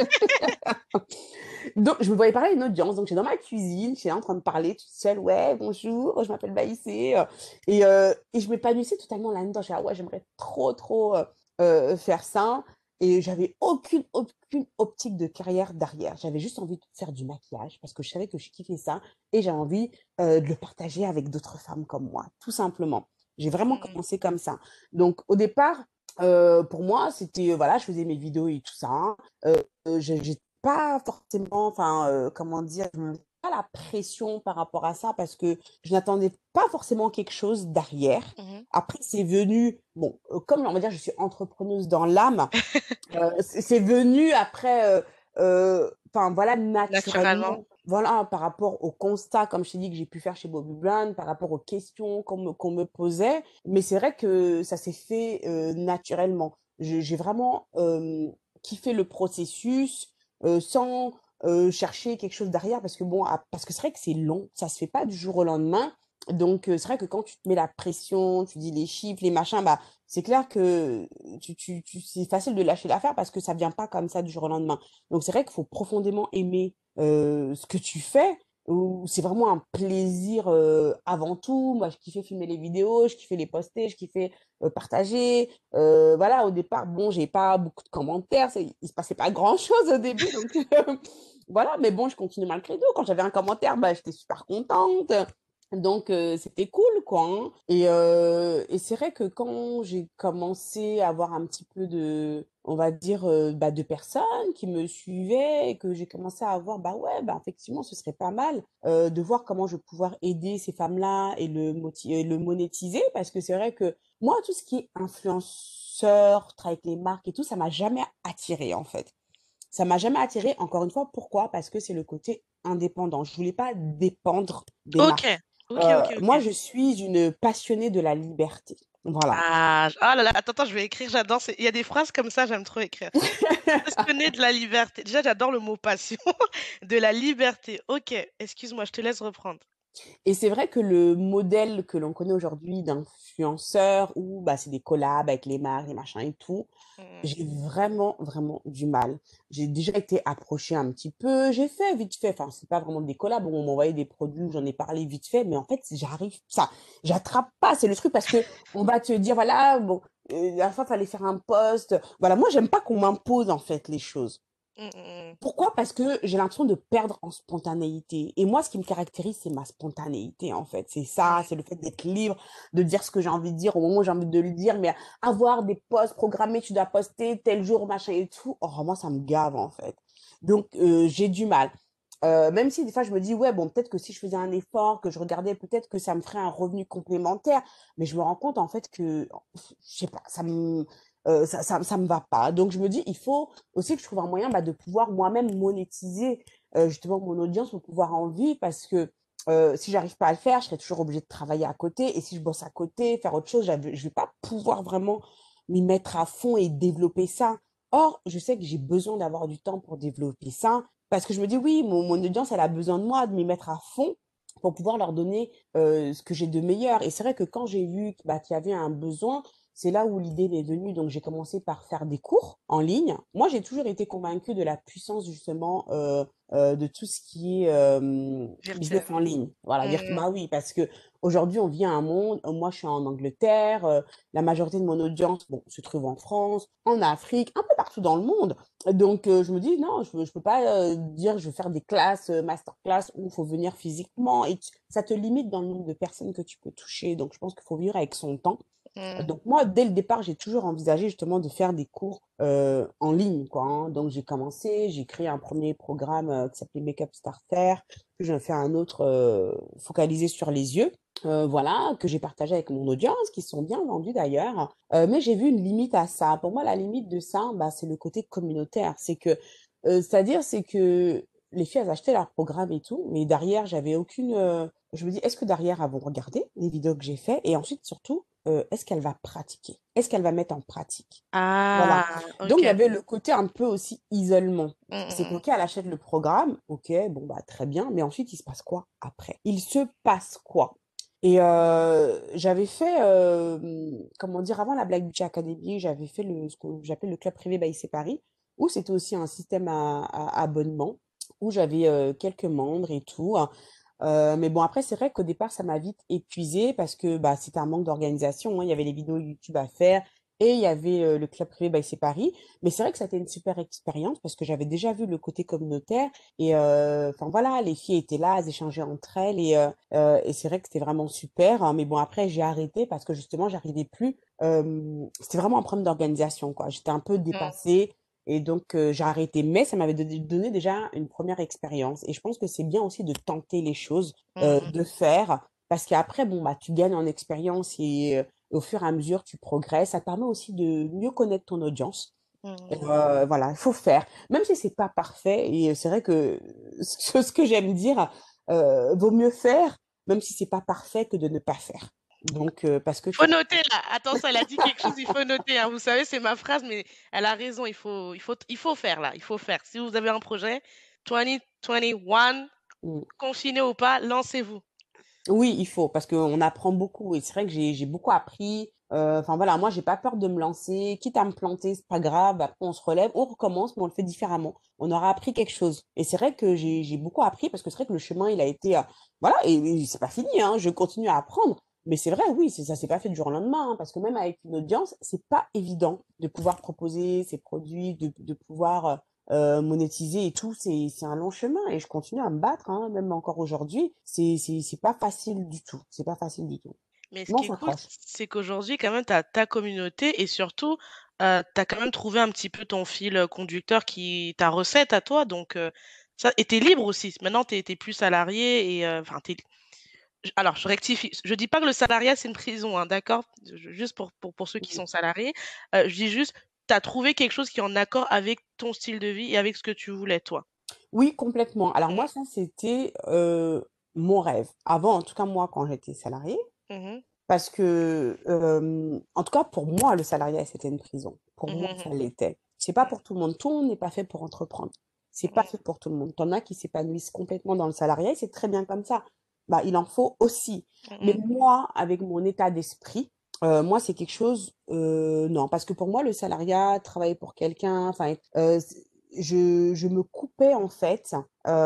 donc je me voyais parler à une audience, donc j'étais dans ma cuisine, j'étais là en train de parler toute seule: «Ouais, bonjour, je m'appelle Baïsé», heu et heu et je m'épanouissais totalement là-dedans. J'étais là: «Ouais, j'aimerais trop, trop, heu heu, faire ça» et j'avais aucune aucune optique de carrière derrière. J'avais juste envie de faire du maquillage parce que je savais que je kiffais ça et j'avais envie heu, de le partager avec d'autres femmes comme moi, tout simplement. J'ai vraiment Mmh. commencé comme ça. Donc au départ, heu, pour moi, c'était, heu, voilà, je faisais mes vidéos et tout ça, heu, j'ai j'ai pas forcément enfin, heu, comment dire? Je me mettais pas la pression par rapport à ça parce que je n'attendais pas forcément quelque chose derrière. Mmh. Après c'est venu, bon, heu, comme on va dire, je suis entrepreneuse dans l'âme, Heu, c'est c'est venu après, heu heu, enfin voilà, Naturellement. naturellement. Voilà, par rapport au constat, comme je t'ai dit, que j'ai pu faire chez Bobbi Brown, par rapport aux questions qu'on me qu'on me posait. Mais c'est vrai que ça s'est fait, heu, naturellement. J'ai j'ai vraiment, hem, kiffé le processus, heu, sans, heu, chercher quelque chose derrière parce que bon, a parce que c'est vrai que c'est long, ça se fait pas du jour au lendemain. Donc heu, c'est vrai que quand tu te mets la pression, tu dis les chiffres, les machins, bah, c'est clair que tu tu tu c'est facile de lâcher l'affaire parce que ça vient pas comme ça du jour au lendemain. Donc c'est vrai qu'il faut profondément aimer, heu, ce que tu fais, ou c'est vraiment un plaisir, heu, avant tout. Moi, je kiffais filmer les vidéos, je kiffais les poster, je kiffais, heu, partager. Heu, voilà, au départ, bon, j'ai pas beaucoup de commentaires, c'est il se passait pas grand chose au début donc voilà, mais bon, je continuais malgré tout. Quand j'avais un commentaire, bah, j'étais super contente. Donc heu, c'était cool quoi, hein et heu et c'est vrai que quand j'ai commencé à avoir un petit peu de on va dire, heu, bah, de personnes qui me suivaient et que j'ai commencé à avoir, bah, ouais, bah, effectivement ce serait pas mal, heu, de voir comment je vais pouvoir aider ces femmes-là et le moti et le monétiser. Parce que c'est vrai que moi tout ce qui est influenceur, travailler avec les marques et tout, ça m'a jamais attirée en fait. Ça m'a jamais attirée, encore une fois, pourquoi? Parce que c'est le côté indépendant. Je voulais pas dépendre des OK. marques. OK, Heu, OK, moi, OK. je suis une passionnée de la liberté. Voilà. Ah, j ah là là, attends, attends, je vais écrire, j'adore, c'est il y a des phrases comme ça, j'aime trop écrire. Passionné de la liberté. Déjà, j'adore le mot passion, de la liberté. OK, excuse-moi, je te laisse reprendre. Et c'est vrai que le modèle que l'on connaît aujourd'hui d'influenceur où bah, c'est des collabs avec les marques, les machins et tout, Mmh. j'ai vraiment, vraiment du mal. J'ai déjà été approchée un petit peu, j'ai fait vite fait, enfin, c'est pas vraiment des collabs, on m'envoyait des produits, j'en ai parlé vite fait, mais en fait, j'arrive, ça, j'attrape pas, c'est le truc parce que on va te dire, voilà, bon, euh, la dernière fois, fallait faire un post. Voilà, moi, j'aime pas qu'on m'impose, en fait, les choses. Mmh mh. Pourquoi? Parce que j'ai l'impression de perdre en spontanéité. Et moi, ce qui me caractérise, c'est ma spontanéité, en fait. C'est ça, c'est le fait d'être libre, de dire ce que j'ai envie de dire au moment où j'ai envie de le dire, mais avoir des posts programmés, tu dois poster tel jour, machin et tout. Oh, moi, ça me gave, en fait. Donc, euh, j'ai du mal. Euh, même si des fois, je me dis, ouais, bon, peut-être que si je faisais un effort, que je regardais, peut-être que ça me ferait un revenu complémentaire. Mais je me rends compte, en fait, que, je sais pas, ça me, euh, ça, ça, ça me va pas. Donc, je me dis, il faut aussi que je trouve un moyen bah, de pouvoir moi-même monétiser euh, justement mon audience pour pouvoir en vivre parce que euh, si j'arrive pas à le faire, je serai toujours obligée de travailler à côté et si je bosse à côté, faire autre chose, j'avais- je vais pas pouvoir vraiment m'y mettre à fond et développer ça. Or, je sais que j'ai besoin d'avoir du temps pour développer ça parce que je me dis oui, mon, mon audience, elle a besoin de moi, de m'y mettre à fond pour pouvoir leur donner euh, ce que j'ai de meilleur. Et c'est vrai que quand j'ai vu bah, qu'il y avait un besoin, c'est là où l'idée m'est venue. Donc, j'ai commencé par faire des cours en ligne. Moi, j'ai toujours été convaincue de la puissance, justement, euh, euh, de tout ce qui est euh, business Virtuel. en ligne. Voilà, dire que Mmh. bah oui, parce que aujourd'hui, on vit à un monde. euh, Moi, je suis en Angleterre. euh, la majorité de mon audience, bon, se trouve en France, en Afrique, un peu partout dans le monde. Donc, euh, je me dis, non, je ne peux pas euh, dire je vais faire des classes, euh, masterclass, où il faut venir physiquement. Et tu- ça te limite dans le nombre de personnes que tu peux toucher. Donc, je pense qu'il faut vivre avec son temps. Mmh. Donc moi, dès le départ, j'ai toujours envisagé justement de faire des cours euh, en ligne, quoi, hein. Donc j'ai commencé, j'ai créé un premier programme euh, qui s'appelait Makeup Starter, puis j'en ai fait un autre euh, focalisé sur les yeux, euh, voilà, que j'ai partagé avec mon audience, qui sont bien vendus d'ailleurs. Euh, mais j'ai vu une limite à ça. Pour moi, la limite de ça, bah, c'est le côté communautaire. C'est que, euh, c'est-à-dire, c'est que les filles, elles achetaient leur programme et tout, mais derrière, j'avais aucune. euh, Je me dis, est-ce que derrière, elles vont regarder les vidéos que j'ai fait? Et ensuite, surtout, euh, est-ce qu'elle va pratiquer? Est-ce qu'elle va mettre en pratique? Voilà. Ah, Donc, il y OK. avait le côté un peu aussi isolement. Mmh C'est mh, mmh. qu'OK, elle achète le programme, ok, bon, bah, très bien, mais ensuite, il se passe quoi après? Il se passe quoi? Et euh, j'avais fait, euh, comment dire, avant la Black Beauty Academy, j'avais fait le, ce que j'appelais le club privé by C'est Paris, où c'était aussi un système à, à abonnement, où j'avais euh, quelques membres et tout, hein. Euh, mais bon, après, c'est vrai qu'au départ, ça m'a vite épuisée parce que bah, c'était un manque d'organisation, hein. Il y avait les vidéos YouTube à faire et il y avait euh, le club privé by C'est Paris. Mais c'est vrai que ça a été une super expérience parce que j'avais déjà vu le côté communautaire et euh, enfin voilà, les filles étaient là, elles échangeaient entre elles et, euh, euh, et c'est vrai que c'était vraiment super, hein. Mais bon, après, j'ai arrêté parce que justement, j'arrivais plus. Euh, c'était vraiment un problème d'organisation, quoi. J'étais un peu Mmh. dépassée. Et donc, euh, j'ai arrêté. Mais ça m'avait donné donné déjà une première expérience. Et je pense que c'est bien aussi de tenter les choses, euh, Mmh. de faire. Parce qu'après, bon, bah, tu gagnes en expérience et euh, au fur et à mesure, tu progresses. Ça te permet aussi de mieux connaître ton audience. Mmh. Euh, voilà, il faut faire. Même si c'est pas parfait. Et c'est vrai que ce que, ce que j'aime dire, euh, vaut mieux faire, même si c'est pas parfait, que de ne pas faire. Donc, euh, parce que je Faut suis... noter là. Attention, elle a dit quelque chose, il faut noter, hein. Vous savez, c'est ma phrase, mais elle a raison. Il faut, il faut, il faut faire là. Il faut faire. Si vous avez un projet, deux mille vingt et un, confiné ou pas, lancez-vous. Oui, il faut, parce qu'on apprend beaucoup. Et c'est vrai que j'ai j'ai beaucoup appris. Euh, Enfin voilà, moi, j'ai pas peur de me lancer. Quitte à me planter, c'est pas grave. Après, on se relève, on recommence, mais on le fait différemment. On aura appris quelque chose. Et c'est vrai que j'ai j'ai beaucoup appris parce que c'est vrai que le chemin, il a été. euh, voilà, et, et c'est pas fini, hein, je continue à apprendre. Mais c'est vrai, oui, c'est ça s'est pas fait du jour au lendemain, hein, parce que même avec une audience, c'est pas évident de pouvoir proposer ses produits, de, de pouvoir euh, euh, monétiser et tout, c'est c'est un long chemin et je continue à me battre, hein, même encore aujourd'hui. C'est c'est c'est pas facile du tout. C'est pas facile du tout. Mais ce Mais on qui est cool, s'accroche. c'est qu'aujourd'hui, quand même, tu as ta communauté et surtout, heu, tu as quand même trouvé un petit peu ton fil, heu, conducteur qui ta recette à toi donc heu, ça et tu es libre aussi. Maintenant, tu es plus salarié et heu, enfin, tu j alors je rectifie, je dis pas que le salariat, c'est une prison, hein, d'accord? Je juste pour pour pour ceux qui Mmh. sont salariés, heu, je dis juste, tu as trouvé quelque chose qui est en accord avec ton style de vie et avec ce que tu voulais, toi. Oui, complètement. Alors Mmh. moi, ça, c'était euh, mon rêve. Avant, en tout cas, moi, quand j'étais salariée, Mmh mh. parce que, euh, en tout cas, pour moi, le salariat, c'était une prison. Pour Mmh moi, mh, ça mmh. l'était. C'est pas pour tout le monde. Tout le monde n'est pas fait pour entreprendre. C'est Mmh pas mh. fait pour tout le monde. T'en as qui s'épanouissent complètement dans le salariat et c'est très bien comme ça. bah, il en faut aussi. Mais Mmh moi, avec mon état d'esprit, euh, moi, c'est quelque chose, euh, non, parce que pour moi, le salariat, travailler pour quelqu'un, enfin, euh, c'est- je, je me coupais en fait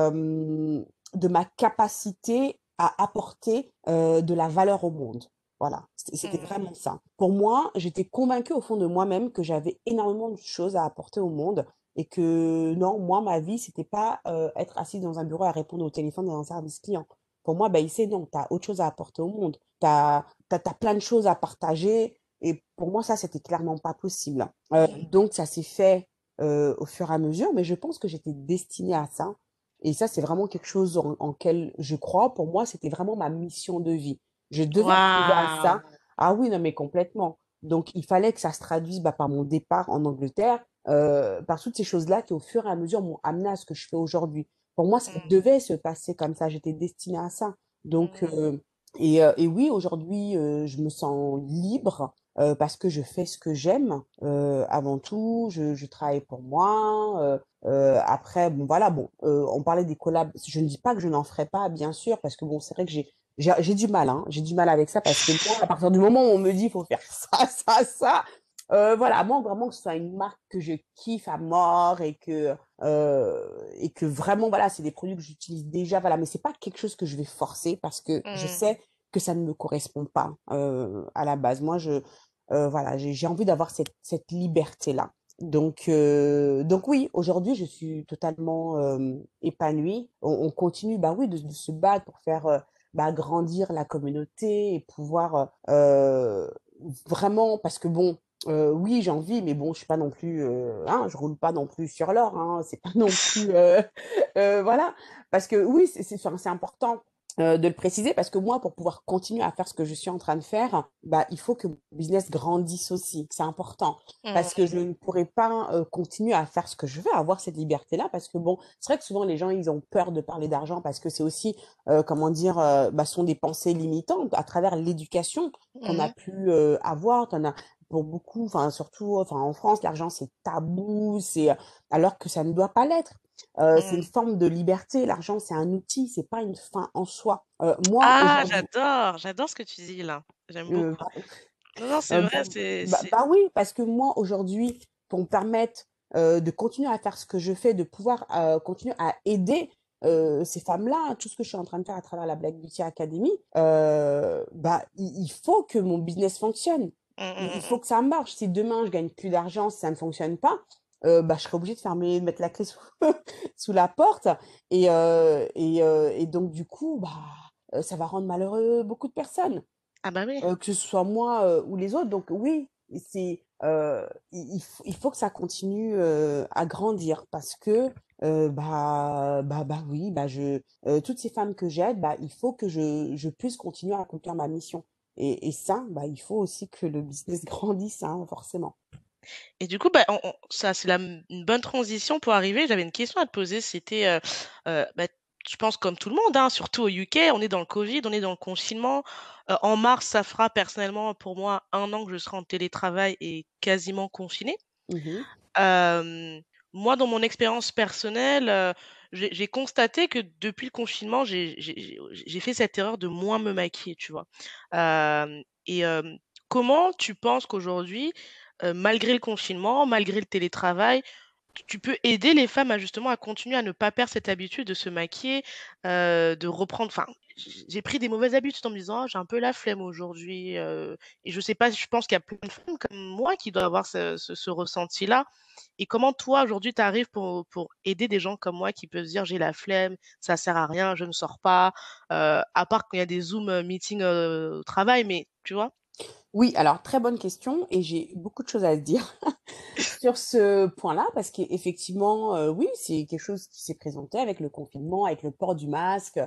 euh, de ma capacité à apporter euh, de la valeur au monde. Voilà, c'était c'était mh. vraiment ça. Pour moi, j'étais convaincue au fond de moi-même que j'avais énormément de choses à apporter au monde et que non, moi, ma vie, c'était pas euh, être assis dans un bureau à répondre au téléphone dans un service client. Pour moi, ben, c'est non, tu as autre chose à apporter au monde. Tu as, plein de choses à partager. Et pour moi, ça, c'était clairement pas possible. Euh, Mmh. donc, ça s'est fait euh, au fur et à mesure, mais je pense que j'étais destinée à ça. Et ça, c'est vraiment quelque chose en, en quel je crois. Pour moi, c'était vraiment ma mission de vie. Je devais arriver à Waouh! ça. Ah oui, non, mais complètement. Donc, il fallait que ça se traduise bah, par mon départ en Angleterre, euh, par toutes ces choses-là qui, au fur et à mesure, m'ont amené à ce que je fais aujourd'hui. Pour moi, ça Mmh, devait se passer comme ça. J'étais destinée à ça. Donc, mmh, euh, et, euh, et oui, aujourd'hui, euh, je me sens libre euh, parce que je fais ce que j'aime. Euh, avant tout, je, je travaille pour moi. Euh, euh, après, bon, voilà, bon, euh, on parlait des collabs. Je ne dis pas que je n'en ferai pas, bien sûr, parce que bon, c'est vrai que j'ai j'ai j'ai du mal, hein. J'ai du mal avec ça parce que moi, à partir du moment où on me dit il faut faire ça, ça, ça, euh, voilà, moi vraiment que ce soit une marque que je kiffe à mort et que euh, et que vraiment voilà, c'est des produits que j'utilise déjà, voilà, mais c'est pas quelque chose que je vais forcer parce que je mmh. sais que ça ne me correspond pas euh, à la base. Moi, je euh, voilà, j'ai j'ai envie d'avoir cette cette liberté-là. Donc, euh, donc oui, aujourd'hui, je suis totalement euh, épanouie. On, on continue, bah oui, de, de se battre pour faire euh, bah, grandir la communauté et pouvoir euh, vraiment, parce que bon, euh, oui, j'ai envie, mais bon, je suis pas non plus, euh, hein, je roule pas non plus sur l'or, hein, c'est pas non plus, euh, euh, voilà, parce que oui, c'est c'est- enfin, c'est important euh, de le préciser, parce que moi, pour pouvoir continuer à faire ce que je suis en train de faire, bah, il faut que mon business grandisse aussi, c'est important, parce que Mmh. je ne pourrais pas euh, continuer à faire ce que je veux, avoir cette liberté-là, parce que bon, c'est vrai que souvent les gens, ils ont peur de parler d'argent, parce que c'est aussi, euh, comment dire, euh, bah, sont des pensées limitantes à travers l'éducation qu'on a Mmh. pu euh, avoir. T'en as, pour beaucoup, enfin surtout enfin, en France, l'argent c'est tabou, c'est alors que ça ne doit pas l'être. Euh, c'est une Mmh. forme de liberté. L'argent, c'est un outil, c'est pas une fin en soi. Euh, moi, Ah, aujourd'hui, j'adore, j'adore ce que tu dis là. J'aime euh, beaucoup. Non, non, c'est euh, vrai, c'est bah, c'est bah oui, parce que moi, aujourd'hui, pour me permettre euh, de continuer à faire ce que je fais, de pouvoir euh, continuer à aider euh, ces femmes-là, hein, tout ce que je suis en train de faire à travers la Black Beauty Academy, euh, bah, il, il faut que mon business fonctionne. mmh, Il, il mmh, faut mmh. que ça marche. Si demain, je gagne plus d'argent, si ça ne fonctionne pas, euh, bah, je serai obligée de fermer, de mettre la clé sous, sous la porte. Et, euh, et, euh, et donc, du coup, bah, euh, ça va rendre malheureux beaucoup de personnes Ah bah oui. euh, que ce soit moi euh, ou les autres. Donc oui, c'est euh, il, il faut il faut que ça continue euh, à grandir parce que euh, bah bah bah oui bah je euh, toutes ces femmes que j'aide bah il faut que je je puisse continuer à accomplir ma mission et, et ça bah il faut aussi que le business grandisse hein, forcément. Et du coup, bah, on on ça, c'est la m une bonne transition pour arriver. J'avais une question à te poser, c'était, heu heu, bah, je pense comme tout le monde, hein, surtout au U K, on est dans le Covid, on est dans le confinement. Heu, en mars, ça fera personnellement pour moi un an que je serai en télétravail et quasiment confinée. Mhm, Hem, Moi, dans mon expérience personnelle, heu, j'ai j'ai constaté que depuis le confinement, j'ai j'ai j'ai j'ai fait cette erreur de moins me maquiller, tu vois? Hem et hem, Comment tu penses qu'aujourd'hui, heu, malgré le confinement, malgré le télétravail, tu tu peux aider les femmes à justement à continuer à ne pas perdre cette habitude de se maquiller, heu, de reprendre enfin, j j'ai pris des mauvaises habitudes en me disant: «Oh, j'ai un peu la flemme aujourd'hui», heu et je sais pas, je pense qu'il y a plein de femmes comme moi qui doivent avoir ce ce ce ressenti-là et comment toi, aujourd'hui, tu arrives pour pour aider des gens comme moi qui peuvent se dire: «J'ai la flemme, ça sert à rien, je ne sors pas», heu, à part quand il y a des Zoom, heu, meetings, heu, au travail, mais tu vois? oui, alors très bonne question et j'ai beaucoup de choses à dire sur ce point-là parce qu'effectivement, euh, oui, c'est quelque chose qui s'est présenté avec le confinement, avec le port du masque.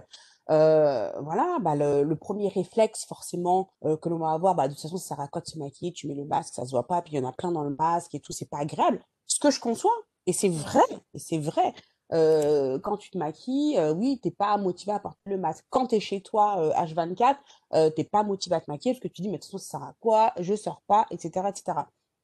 Euh, voilà, bah le, le premier réflexe forcément euh, que l'on va avoir, bah de toute façon, ça sert à quoi de se maquiller, tu mets le masque, ça se voit pas, puis il y en a plein dans le masque et tout, c'est pas agréable. Ce que je conçois, et c'est vrai, Mmh. et c'est vrai. Euh, quand tu te maquilles, euh, oui, t'es pas motivé à porter le masque. Quand tu es chez toi euh, H vingt-quatre, euh, t'es pas motivé à te maquiller parce que tu dis, mais de toute façon, ça sert à quoi? Je sors pas, et cetera, et cetera.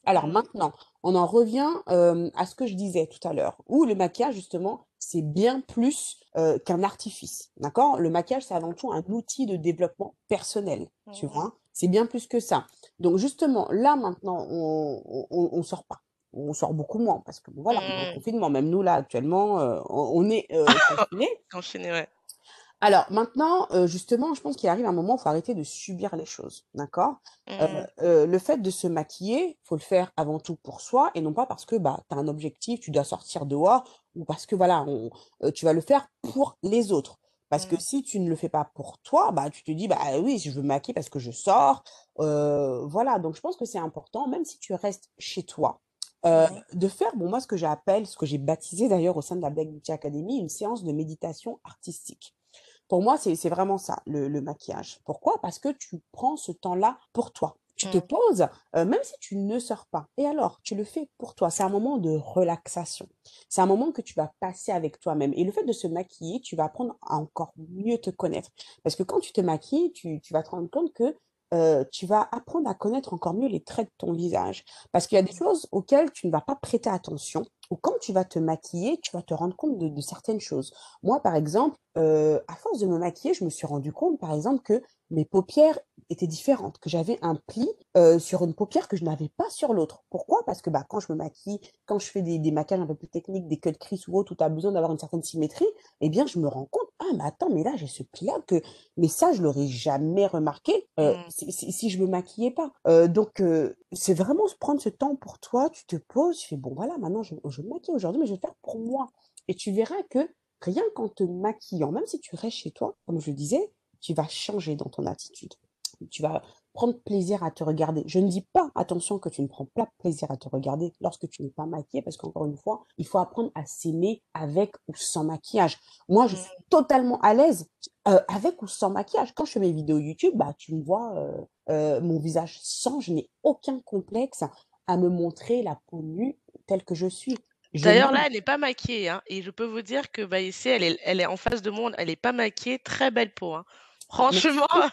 Alors Mmh. maintenant, on en revient euh, à ce que je disais tout à l'heure, où le maquillage, justement, c'est bien plus euh, qu'un artifice, d'accord? Le maquillage, c'est avant tout un outil de développement personnel, tu Mmh. vois? C'est bien plus que ça. Donc justement, là maintenant, on, on, on sort pas. On sort beaucoup moins parce que bon, voilà, on est en Mmh. confinement. Même nous, là, actuellement, euh, on, on est euh, confinés. Enchaîner, ouais. Alors maintenant, heu, justement, je pense qu'il arrive un moment où il faut arrêter de subir les choses, d'accord? Heu Mmh. heu, le fait de se maquiller, faut le faire avant tout pour soi et non pas parce que, bah, tu as un objectif, tu dois sortir dehors ou parce que voilà, on heu, tu vas le faire pour les autres. Parce que Mmh. si tu ne le fais pas pour toi, bah, tu te dis: «Bah, oui, je veux me maquiller parce que je sors», heu, voilà, donc je pense que c'est important, même si tu restes chez toi, heu, Mmh. de faire, bon, moi, ce que j'appelle, ce que j'ai baptisé d'ailleurs au sein de la Black Beauty Academy, une séance de méditation artistique. Pour moi, c'est c'est vraiment ça, le le maquillage. Pourquoi? Parce que tu prends ce temps-là pour toi. Tu te Mmh. poses, heu, même si tu ne sors pas et alors? Tu le fais pour toi. C'est un moment de relaxation. C'est un moment que tu vas passer avec toi-même et le fait de se maquiller, tu vas apprendre à encore mieux te connaître. Parce que quand tu te maquilles, tu tu vas te rendre compte que, heu, tu vas apprendre à connaître encore mieux les traits de ton visage. Parce qu'il y a des Mmh. choses auxquelles tu ne vas pas prêter attention ou quand tu vas te maquiller, tu vas te rendre compte de de certaines choses. Moi, par exemple, heu, à force de me maquiller, je me suis rendu compte, par exemple, que mes paupières étaient différentes, que j'avais un pli, heu, sur une paupière que je n'avais pas sur l'autre. Pourquoi? Parce que, bah, quand je me maquille, quand je fais des des maquillages un peu plus techniques, des cut crease ou autre, où tu as besoin d'avoir une certaine symétrie, eh bien, je me rends compte: «Ah, mais attends, mais là, j'ai ce pli-là que mais ça, je l'aurais jamais remarqué, heu, Mmh. si si si je me maquillais pas». Heu, donc heu, c'est vraiment se prendre ce temps pour toi, tu te poses, tu fais: «Bon, voilà, maintenant je je me maquille aujourd'hui, mais je vais le faire pour moi» et tu verras que rien qu'en te maquillant, même si tu restes chez toi, comme je le disais, tu vas changer dans ton attitude. Tu vas prendre plaisir à te regarder. Je ne dis pas, attention, que tu ne prends pas plaisir à te regarder lorsque tu n'es pas maquillée, parce qu'encore une fois, il faut apprendre à s'aimer avec ou sans maquillage. Moi, je suis Mmh. totalement à l'aise euh, avec ou sans maquillage. Quand je fais mes vidéos YouTube, bah, tu me vois euh, euh, mon visage sans, je n'ai aucun complexe à me montrer la peau nue telle que je suis. Je D'ailleurs, là, m'aime. elle n'est pas maquillée, hein, et je peux vous dire que, bah, ici, elle est elle est en face de moi, elle est pas maquillée, très belle peau, hein. Ah, Franchement, merci.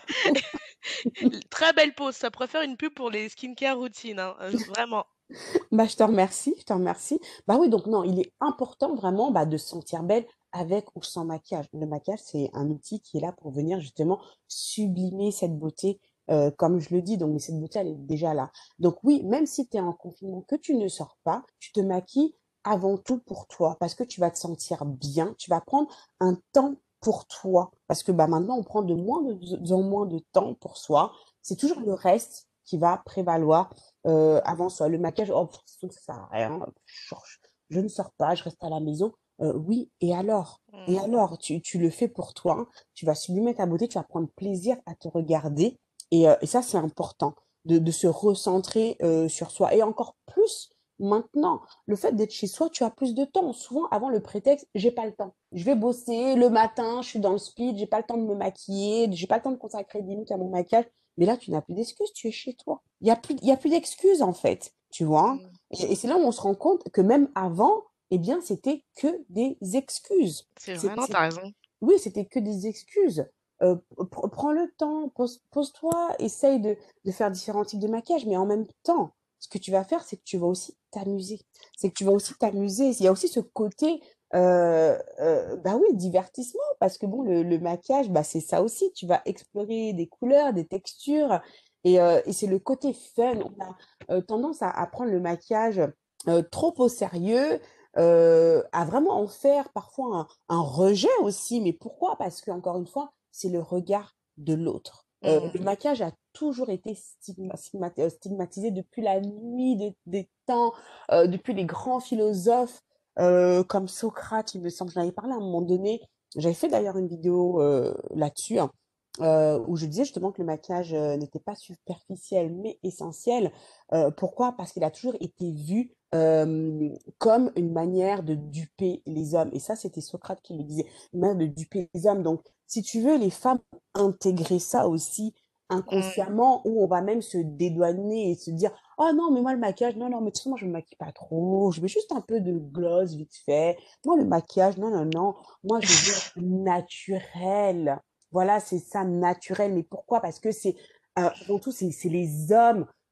très belle peau, ça préfère une pub pour les skincare routines, hein, heu, vraiment. Bah, je te remercie, je te remercie. Bah oui, donc non, il est important vraiment bah, de se sentir belle avec ou sans maquillage. Le maquillage, c'est un outil qui est là pour venir justement sublimer cette beauté, euh, comme je le dis. Donc, mais cette beauté, elle est déjà là. Donc oui, même si tu es en confinement, que tu ne sors pas, tu te maquilles avant tout pour toi, parce que tu vas te sentir bien, tu vas prendre un temps pour toi. Parce que bah, maintenant, on prend de moins de, de- en moins de temps pour soi. C'est toujours Mmh. le reste qui va prévaloir euh, avant ça. Le maquillage, oh, pff, ça sert à rien. Je, je ne sors pas, je reste à la maison. Euh, oui, et alors? Et Mmh. alors, tu, tu le fais pour toi, tu vas sublimer ta beauté, tu vas prendre plaisir à te regarder. Et, euh, et ça, c'est important de, de se recentrer euh, sur soi. Et encore plus maintenant, le fait d'être chez soi, tu as plus de temps. Souvent, avant le prétexte, j'ai pas le temps. Je vais bosser le matin, je suis dans le speed, j'ai pas le temps de me maquiller, j'ai pas le temps de consacrer dix minutes à mon maquillage. Mais là, tu n'as plus d'excuses, tu es chez toi. Il y a plus, il y a plus d'excuses, en fait, tu vois. Mmh. Et, et c'est là où on se rend compte que même avant, eh bien, c'était que des excuses. C'est C'est, vrai, non, tu c'est- as raison. oui, c'était que des excuses. Euh, pr- prends le temps, pose, pose-toi, essaye de, de faire différents types de maquillage, mais en même temps, ce que tu vas faire, c'est que tu vas aussi t'amuser. C'est que tu vas aussi t'amuser. Il y a aussi ce côté, euh, euh, bah oui, divertissement, parce que bon, le, le maquillage, bah c'est ça aussi. Tu vas explorer des couleurs, des textures, et, euh, et c'est le côté fun. On a euh, tendance à, à prendre le maquillage euh, trop au sérieux, euh, à vraiment en faire parfois un, un rejet aussi. Mais pourquoi? Parce que, encore une fois, c'est le regard de l'autre. Euh, Mmh. le maquillage a toujours été stigma- stigmat- euh, stigmatisé depuis la nuit des, des temps, euh, depuis les grands philosophes euh, comme Socrate, il me semble, j'en avais parlé à un moment donné. J'avais fait d'ailleurs une vidéo euh, là-dessus, hein, euh, où je disais justement que le maquillage euh, n'était pas superficiel mais essentiel. Euh, pourquoi? Parce qu'il a toujours été vu euh, comme une manière de duper les hommes. Et ça, c'était Socrate qui le disait, une manière de duper les hommes. Donc, si tu veux, les femmes intégrer ça aussi Mmh. inconsciemment, où on va même se dédouaner et se dire, oh non, mais moi le maquillage, non, non, mais de toute façon, moi je me maquille pas trop, je mets juste un peu de gloss vite fait. Moi le maquillage, non, non, non, moi je veux être naturelle. Voilà, c'est ça, naturel. Mais pourquoi? Parce que c'est, euh, avant tout, c'est c'est les hommes.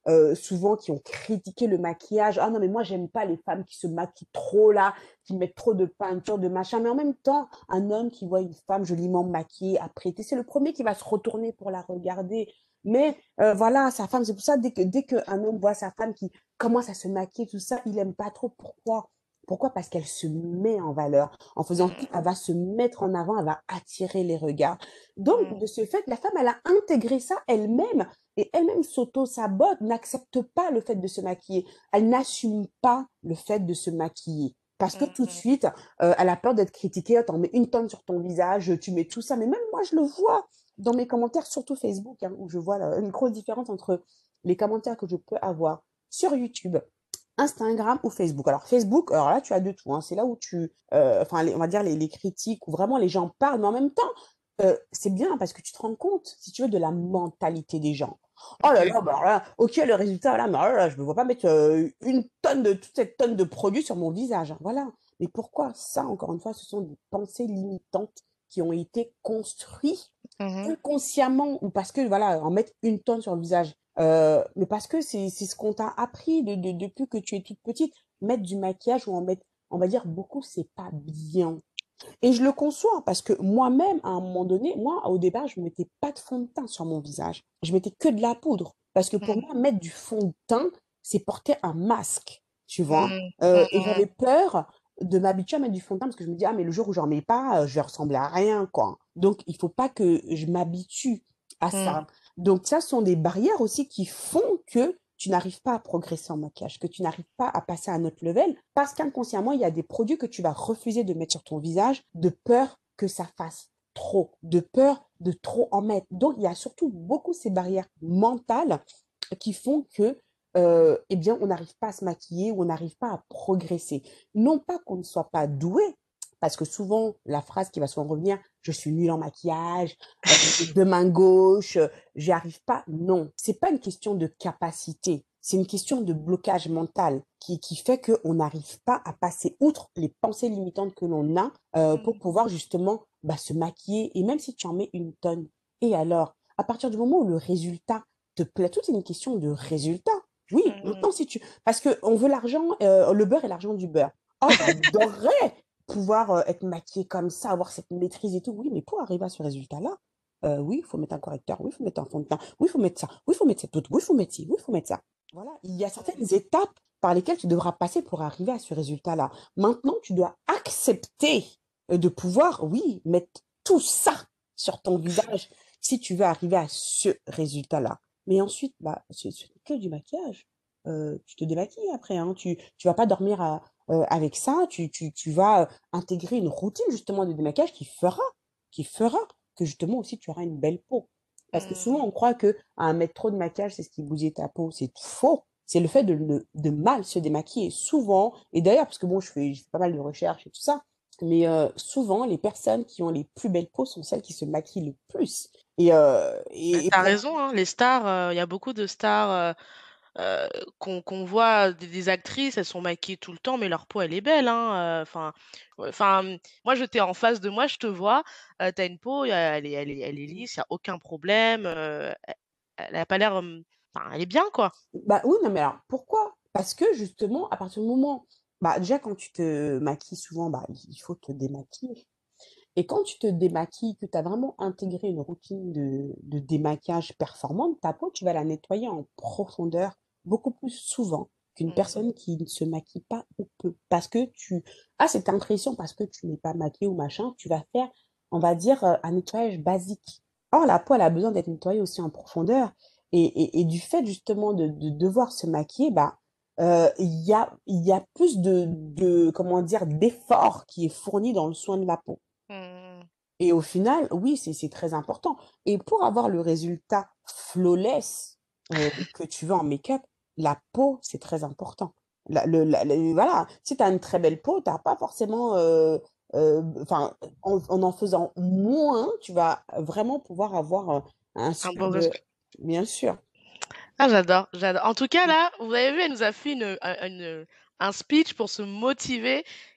heu, souvent qui ont critiqué le maquillage: «Ah non, mais moi j'aime pas les femmes qui se maquillent trop là, qui mettent trop de peinture, de machin». Mais en même temps, un homme qui voit une femme joliment maquillée, apprêtée, c'est le premier qui va se retourner pour la regarder. Mais heu, voilà, sa femme c'est pour ça dès que dès qu'un homme voit sa femme qui commence à se maquiller, tout ça, il aime pas trop. Pourquoi? Pourquoi? Parce qu'elle se met en valeur. En faisant tout, Mmh, elle va se mettre en avant, elle va attirer les regards. Donc, mmh, de ce fait, la femme, elle a intégré ça elle-même et elle-même s'auto-sabote, n'accepte pas le fait de se maquiller. Elle n'assume pas le fait de se maquiller. Parce que mmh, tout de mmh, suite, euh, elle a peur d'être critiquée. Oh, t'en mets une tonne sur ton visage, tu mets tout ça. Mais même moi, je le vois dans mes commentaires, surtout Facebook, hein, où je vois là, une grosse différence entre les commentaires que je peux avoir sur YouTube, Instagram ou Facebook. Alors Facebook, alors là tu as de tout, hein. C'est là où tu, euh, enfin les- on va dire les, les critiques où vraiment les gens parlent, mais en même temps euh, c'est bien parce que tu te rends compte, si tu veux, de la mentalité des gens. Oh là OK. là, bah alors là, ok le résultat, là, mais oh là là, je ne me vois pas mettre euh, une tonne de toute cette tonne de produits sur mon visage, hein. Voilà. Mais pourquoi ça, encore une fois, ce sont des pensées limitantes qui ont été construites Mmh, inconsciemment ou parce que voilà, en mettre une tonne sur le visage. Euh, mais parce que c'est c'est ce qu'on t'a appris de, de- depuis que tu es toute petite. Mettre du maquillage ou en mettre, on va dire beaucoup, c'est pas bien. Et je le conçois parce que moi-même, à un moment donné, moi, au départ, je ne mettais pas de fond de teint sur mon visage. Je mettais que de la poudre. Parce que pour mmh, moi, mettre du fond de teint, c'est porter un masque, tu vois. mmh, Euh, et mmh, j'avais peur de m'habituer à mettre du fond de teint parce que je me dis, ah, mais le jour où j'en mets pas, euh, je vais ressembler à rien, quoi. Donc, il faut pas que je m'habitue à mmh, ça. Donc, ça sont des barrières aussi qui font que tu n'arrives pas à progresser en maquillage, que tu n'arrives pas à passer à un autre level, parce qu'inconsciemment, il y a des produits que tu vas refuser de mettre sur ton visage de peur que ça fasse trop, de peur de trop en mettre. Donc, il y a surtout beaucoup ces barrières mentales qui font que, euh, eh bien, on n'arrive pas à se maquiller ou on n'arrive pas à progresser. Non pas qu'on ne soit pas doué, parce que souvent, la phrase qui va souvent revenir, je suis nulle en maquillage, euh, de main gauche, euh, j'y arrive pas. Non, c'est pas une question de capacité. C'est une question de blocage mental qui, qui fait qu'on n'arrive pas à passer outre les pensées limitantes que l'on a euh, pour mmh, pouvoir justement bah, se maquiller. Et même si tu en mets une tonne, et alors, à partir du moment où le résultat te plaît, tout est une question de résultat. Oui, mmh. maintenant, si tu... Parce qu'on veut l'argent, euh, le beurre et l'argent du beurre. Oh, j'adorerais pouvoir euh, être maquillée comme ça, avoir cette maîtrise et tout. Oui, mais pour arriver à ce résultat-là, euh, oui, il faut mettre un correcteur, oui, il faut mettre un fond de teint, oui, il faut mettre ça, oui, il faut mettre cette autre, oui, il faut mettre ci, oui, il faut mettre ça. Voilà, il y a certaines étapes par lesquelles tu devras passer pour arriver à ce résultat-là. Maintenant, tu dois accepter euh, de pouvoir, oui, mettre tout ça sur ton visage si tu veux arriver à ce résultat-là. Mais ensuite, bah, c'est c'est que du maquillage. Euh, tu te démaquilles après, hein. Tu, tu vas pas dormir à- euh, avec ça. Tu, tu, tu vas euh, intégrer une routine justement de démaquillage qui fera, qui fera que justement aussi tu auras une belle peau. Parce que souvent, Mmh. on croit que à mettre trop de maquillage, c'est ce qui bousille ta peau. C'est faux. C'est le fait de, de, de mal se démaquiller. Souvent, et d'ailleurs, parce que bon, je fais, je fais pas mal de recherches et tout ça, mais euh, souvent, les personnes qui ont les plus belles peaux sont celles qui se maquillent le plus. Et, euh, Ouais, et, et tu pour... raison, hein, les stars, euh, il y a beaucoup de stars euh, euh, qu'on qu'on voit, des, des actrices, elles sont maquillées tout le temps, mais leur peau, elle est belle, hein. euh, Enfin, ouais, enfin, moi, je t'ai en face de moi, je te vois, euh, t'as une peau, y a- elle est, elle est, elle est lisse, il n'y a aucun problème, euh, elle, elle a pas l'air, euh, enfin, elle est bien, quoi. Bah oui, non, mais alors pourquoi? Parce que justement, à partir du moment, bah déjà quand tu te maquilles souvent, bah il faut te démaquiller. Et quand tu te démaquilles, que tu as vraiment intégré une routine de, de démaquillage performante, ta peau, tu vas la nettoyer en profondeur beaucoup plus souvent qu'une Mm, personne qui ne se maquille pas ou peu. Parce que tu as cette impression, parce que tu n'es pas maquillée ou machin, tu vas faire, on va dire, euh, un nettoyage basique. Or, la peau, elle a besoin d'être nettoyée aussi en profondeur. Et, et, et du fait justement de, de devoir se maquiller, bah, euh, il y a, il y a plus de, de, comment dire, d'effort qui est fourni dans le soin de la peau. mm, Et au final, oui, c'est c'est très important. Et pour avoir le résultat flawless euh, que tu veux en make-up, la peau, c'est très important. La- le- la- le- voilà, si tu as une très belle peau, tu pas forcément, euh, euh, enfin, en, en en faisant moins, tu vas vraiment pouvoir avoir euh, un un beau superbe, résultat. bien sûr. Ah, j'adore, j'adore. En tout cas, là, vous avez vu, elle nous a fait une, un une- un speech pour se motiver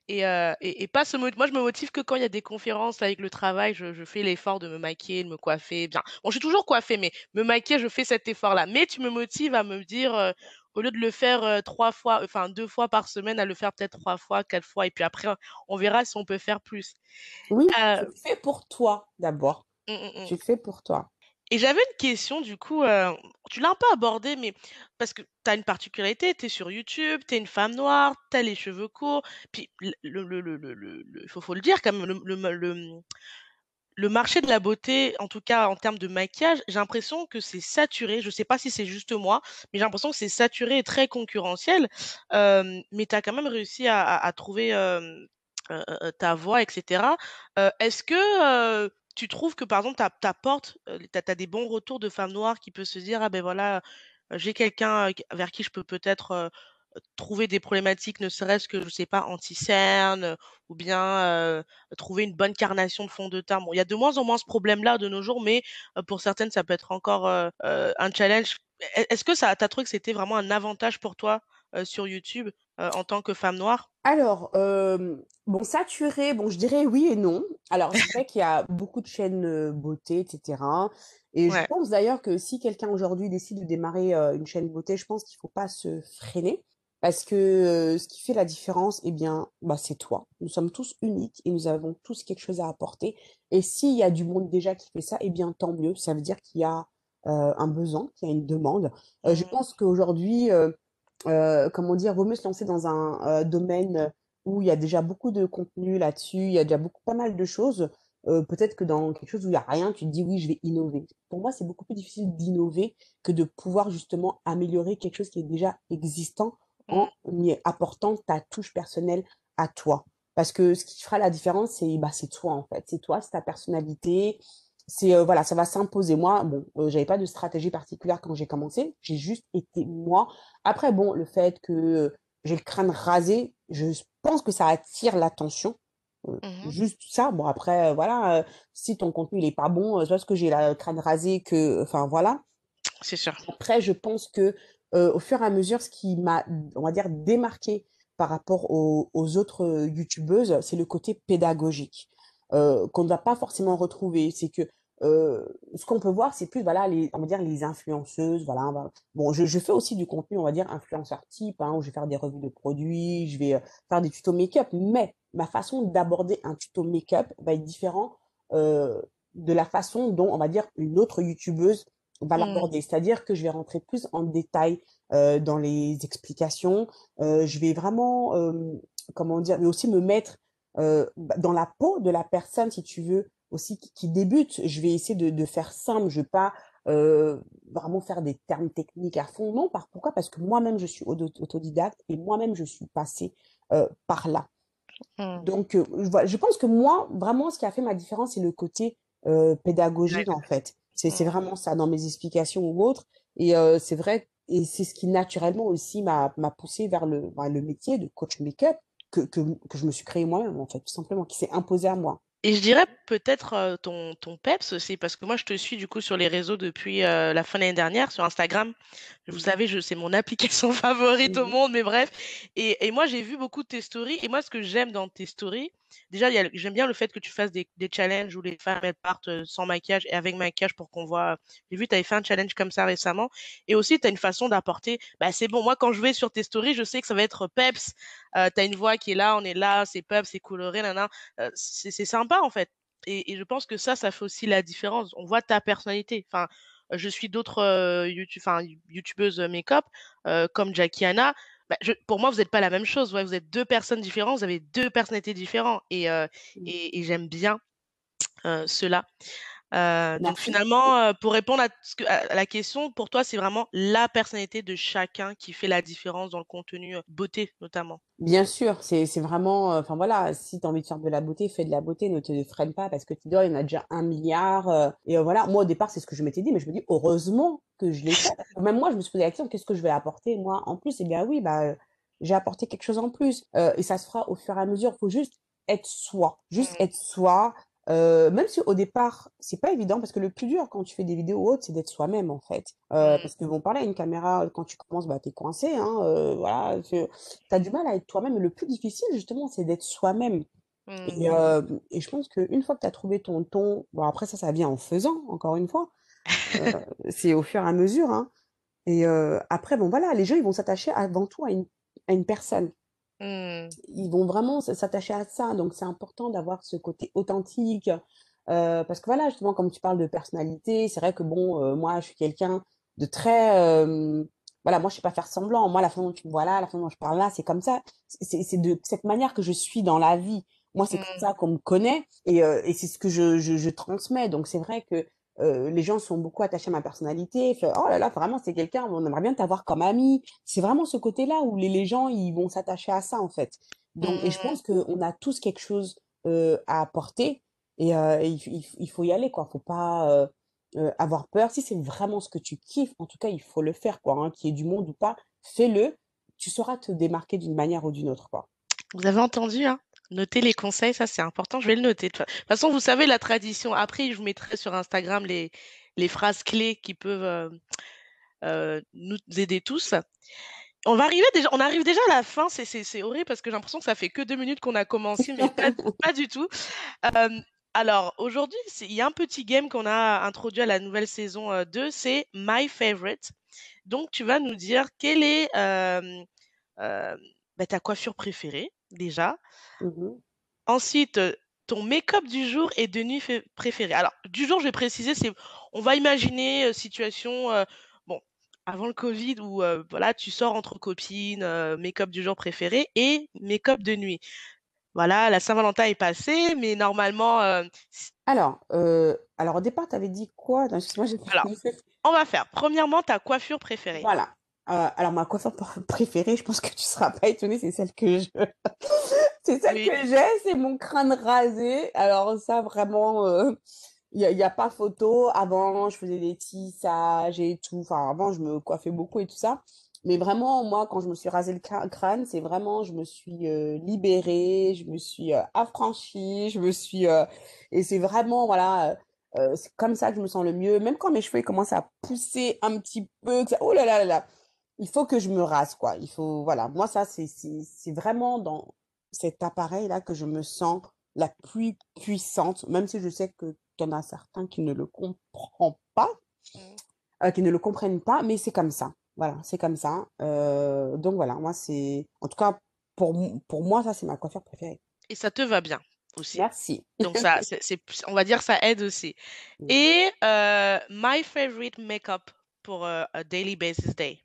Et, heu, et et pas se mot moi je me motive que quand il y a des conférences avec le travail, je je fais l'effort de me maquiller, de me coiffer bien. Bon, je suis toujours coiffée, mais me maquiller, je fais cet effort-là. Mais tu me motives à me dire, heu, au lieu de le faire, heu, trois fois, enfin deux fois par semaine, à le faire peut-être trois fois, quatre fois et puis après, on verra si on peut faire plus. Oui, tu Heu, le fais pour toi d'abord. mmh, mmh Tu mh. le fais pour toi. Et j'avais une question du coup, heu, tu l'as un peu abordée, mais parce que tu as une particularité, tu es sur YouTube, tu es une femme noire, tu as les cheveux courts, puis le le le le le le le faut faut le dire quand même, le le le, mmh, le marché de la beauté, en tout cas en termes de maquillage, j'ai l'impression que c'est saturé. Je sais pas si c'est juste moi, mais j'ai l'impression que c'est saturé et très concurrentiel. Hem, mais tu as quand même réussi à à à trouver, hem, heu heu heu, ta voie et cetera. Heu, est-ce que, heu, tu trouves que par exemple tu tu apportes, heu, tu as des bons retours de femmes noires qui peut se dire: «Ah ben voilà, heu, j'ai quelqu'un, heu, q vers qui je peux peut-être, heu, trouver des problématiques, ne serait-ce que, je sais pas, anti-cernes, heu, ou bien, heu, trouver une bonne carnation de fond de teint». Bon, il y a de moins en moins ce problème-là de nos jours, mais, heu, pour certaines, ça peut être encore, heu heu, un challenge. Est est-ce que ça tu as trouvé que c'était vraiment un avantage pour toi, heu, sur YouTube, heu, en tant que femme noire? Alors, hem, bon, saturé, bon, je dirais oui et non. Alors, c'est vrai qu'il y a beaucoup de chaînes, heu, beauté et cetera, et je Ouais. pense d'ailleurs que si quelqu'un aujourd'hui décide de démarrer, heu, une chaîne beauté, je pense qu'il faut pas se freiner parce que, heu, ce qui fait la différence, eh bien, bah, c'est toi. Nous sommes tous uniques et nous avons tous quelque chose à apporter, et s'il y a du monde déjà qui fait ça, eh bien, tant mieux. Ça veut dire qu'il y a, heu, un besoin, qu'il y a une demande. Heu, je Mmh. pense qu'aujourd'hui, heu heu, comment dire? Vaut mieux se lancer dans un, heu, domaine où il y a déjà beaucoup de contenu là-dessus, il y a déjà beaucoup pas mal de choses. Heu, peut-être que dans quelque chose où il y a rien, tu te dis: «Oui, je vais innover». Pour moi, c'est beaucoup plus difficile d'innover que de pouvoir justement améliorer quelque chose qui est déjà existant en Mmh. y apportant ta touche personnelle à toi. Parce que ce qui fera la différence, c'est, bah, c'est toi, en fait. C'est toi, c'est ta personnalité, c'est, heu, voilà, ça va s'imposer. Moi, bon, heu, j'avais pas de stratégie particulière quand j'ai commencé, j'ai juste été moi. Après bon, le fait que, heu, j'ai le crâne rasé, je pense que ça attire l'attention, heu, Mmh. juste ça. Bon après, heu, voilà, heu, si ton contenu il est pas bon, heu, c'est parce que j'ai la le crâne rasé que enfin voilà. C'est sûr. Après je pense que, heu, au fur et à mesure, ce qui m'a, on va dire, démarquée par rapport aux aux autres, heu, youtubeuses, c'est le côté pédagogique, heu, qu'on ne va pas forcément retrouver. C'est que, heu, ce qu'on peut voir, c'est plus voilà les, on va dire, les influenceuses, voilà, bah, bon, je je fais aussi du contenu, on va dire, influenceur type, hein, où je vais faire des revues de produits, je vais, heu, faire des tutos make-up, mais ma façon d'aborder un tuto make-up va être différent, heu, de la façon dont, on va dire, une autre youtubeuse va Mmh. l'aborder. C'est-à-dire que je vais rentrer plus en détail, heu, dans les explications, heu, je vais vraiment, hem, comment dire? Mais aussi me mettre, heu, bah, dans la peau de la personne, si tu veux, aussi qui qui débute. Je vais essayer de de faire simple, je vais pas, heu, vraiment faire des termes techniques à fond. Non, par pourquoi? Parce que moi-même je suis auto autodidacte et moi-même je suis passée, heu, par là. Mmh. Donc, heu, voi je pense que moi, vraiment, ce qui a fait ma différence, c'est le côté, heu, pédagogique, en fait. C'est c'est Mmh. vraiment ça, dans mes explications ou autres, et heu, c'est vrai, et c'est ce qui naturellement aussi m'a m'a poussée vers le, bah, le métier de coach make-up que que que je me suis créé moi-même, en fait, tout simplement, qui s'est imposé à moi. Et je dirais peut-être, heu, ton ton peps aussi, parce que moi je te suis du coup sur les réseaux depuis, heu, la fin de l'année dernière sur Instagram. Vous Mmh. savez, je c'est mon application favorite au Mmh. monde, mais bref. Et et moi j'ai vu beaucoup de tes stories et moi ce que j'aime dans tes stories, déjà il y a le j'aime bien le fait que tu fasses des des challenges où les femmes elles partent, heu, sans maquillage et avec maquillage pour qu'on voit. J'ai vu tu avais fait un challenge comme ça récemment et aussi tu as une façon d'apporter, bah, c'est bon, moi quand je vais sur tes stories, je sais que ça va être peps, heu, tu as une voix qui est là, on est là, c'est peps, c'est coloré, nin nin, c'est c'est sympa en fait. Et et je pense que ça, ça fait aussi la différence. On voit ta personnalité. Enfin, heu, je suis d'autres, heu, youtu enfin, you youtubeuses, heu, make-up, heu, comme Jackie Aina. Bah, je pour moi, vous êtes pas la même chose. Ouais, vous êtes deux personnes différentes, vous avez deux personnalités différentes et heu Mmh. et et j'aime bien, heu, cela. Heu, donc Merci. finalement, heu, pour répondre à ce que à à la question, pour toi, c'est vraiment la personnalité de chacun qui fait la différence dans le contenu, heu, beauté notamment? Bien sûr, c'est c'est vraiment, heu, enfin voilà, si tu as envie de faire de la beauté, fais de la beauté, ne te freine pas parce que tu dois, il y en a déjà un milliard, heu et heu, voilà. Moi, au départ, c'est ce que je m'étais dit, mais je me dis: «Heureusement que je l'ai fait». Parce que même moi, je me suis posé la question: «Qu'est-ce que je vais apporter moi en plus?» Eh bien oui, bah, heu, j'ai apporté quelque chose en plus, heu et ça se fera au fur et à mesure. Il faut juste être soi, juste Mmh. être soi, Euh, même si au départ, c'est pas évident parce que le plus dur quand tu fais des vidéos ou autres, c'est d'être soi-même en fait. Euh, Mmh, parce que bon, parler à une caméra, quand tu commences, bah, t'es coincé, hein, euh, voilà, tu as du mal à être toi-même. Et le plus difficile, justement, c'est d'être soi-même. mmh, Et, euh, et je pense qu'une fois que tu as trouvé ton ton, bon, après ça, ça vient en faisant, encore une fois. Euh, c'est au fur et à mesure, hein. Et euh, après, bon, voilà, les gens, ils vont s'attacher avant tout à une, à une personne. mmh, Ils vont vraiment s- s'attacher à ça. Donc, c'est important d'avoir ce côté authentique. Euh, parce que voilà, justement, comme tu parles de personnalité, c'est vrai que bon, euh, moi, je suis quelqu'un de très. Euh, voilà, moi, je sais pas faire semblant. Moi, la façon dont tu me vois là, la façon dont je parle là, c'est comme ça. C'est c'est de cette manière que je suis dans la vie. Moi, c'est comme mmh, ça qu'on me connaît et, euh, et c'est ce que je, je, je transmets. Donc, c'est vrai que euh, les gens sont beaucoup attachés à ma personnalité. Fait, oh là là, vraiment, c'est quelqu'un, on aimerait bien t'avoir comme ami. C'est vraiment ce côté-là où les, les gens, ils vont s'attacher à ça, en fait. Donc, et je mmh. pense qu'on a tous quelque chose euh, à apporter et euh, il, il- il faut y aller, quoi. Faut pas euh, euh, avoir peur. Si c'est vraiment ce que tu kiffes, en tout cas, il faut le faire, quoi. Hein, qu'il y ait du monde ou pas, fais-le. Tu sauras te démarquer d'une manière ou d'une autre, quoi. Vous avez entendu, hein? Notez les conseils, ça c'est important, je vais le noter. De toute toute façon, vous savez la tradition. Après, je vous mettrai sur Instagram les, les phrases clés qui peuvent euh, euh, nous aider tous. On va arriver déjà, on arrive déjà à la fin, c'est c'est- c'est horrible parce que j'ai l'impression que ça fait que deux minutes qu'on a commencé, mais pas, pas du tout. Euh, alors, aujourd'hui, c'est- il y a un petit game qu'on a introduit à la nouvelle saison euh, deux, c'est My Favorite. Donc, tu vas nous dire quelle est euh, euh, bah, ta coiffure préférée, déjà. Mhm, Ensuite, euh, ton make-up du jour et de nuit fait- préféré. Alors, du jour, je vais préciser, c'est, on va imaginer euh, situation, euh, bon, avant le Covid où euh, voilà, tu sors entre copines, euh, make-up du jour préféré et make-up de nuit. Voilà, la Saint-Valentin est passée, mais normalement, euh, si- Alors, euh, alors au départ, tu avais dit quoi? Attends, excuse-moi, j'ai alors, perdu. on va faire. Premièrement, ta coiffure préférée. Voilà. Euh, alors, ma coiffure pr- préférée, je pense que tu seras pas étonnée, c'est celle que je... c'est celle Oui. que j'ai, c'est mon crâne rasé. Alors ça, vraiment, euh, il n'y a, y a pas photo. Avant, je faisais des tissages et tout. Enfin, avant, je me coiffais beaucoup et tout ça. Mais vraiment, moi, quand je me suis rasé le cra- crâne, c'est vraiment, je me suis euh, libérée, je me suis euh, affranchie, je me suis... euh, et c'est vraiment, voilà, euh, euh, c'est comme ça que je me sens le mieux. Même quand mes cheveux ils commencent à pousser un petit peu, que ça- oh là là là là, il faut que je me rase, quoi. Il faut, voilà. Moi, ça, c'est c'est- c'est vraiment dans cet appareil-là que je me sens la plus puissante, même si je sais que tu en as certains qui ne le comprennent pas, Mm. euh, qui ne le comprennent pas, mais c'est comme ça. Voilà, c'est comme ça. Euh, donc voilà, moi, c'est, en tout cas, pour, m- pour moi, ça, c'est ma coiffure préférée. Et ça te va bien aussi. Merci. Donc ça, c'est, c'est- on va dire ça aide aussi. Et euh, my favorite makeup pour euh, a daily basis day.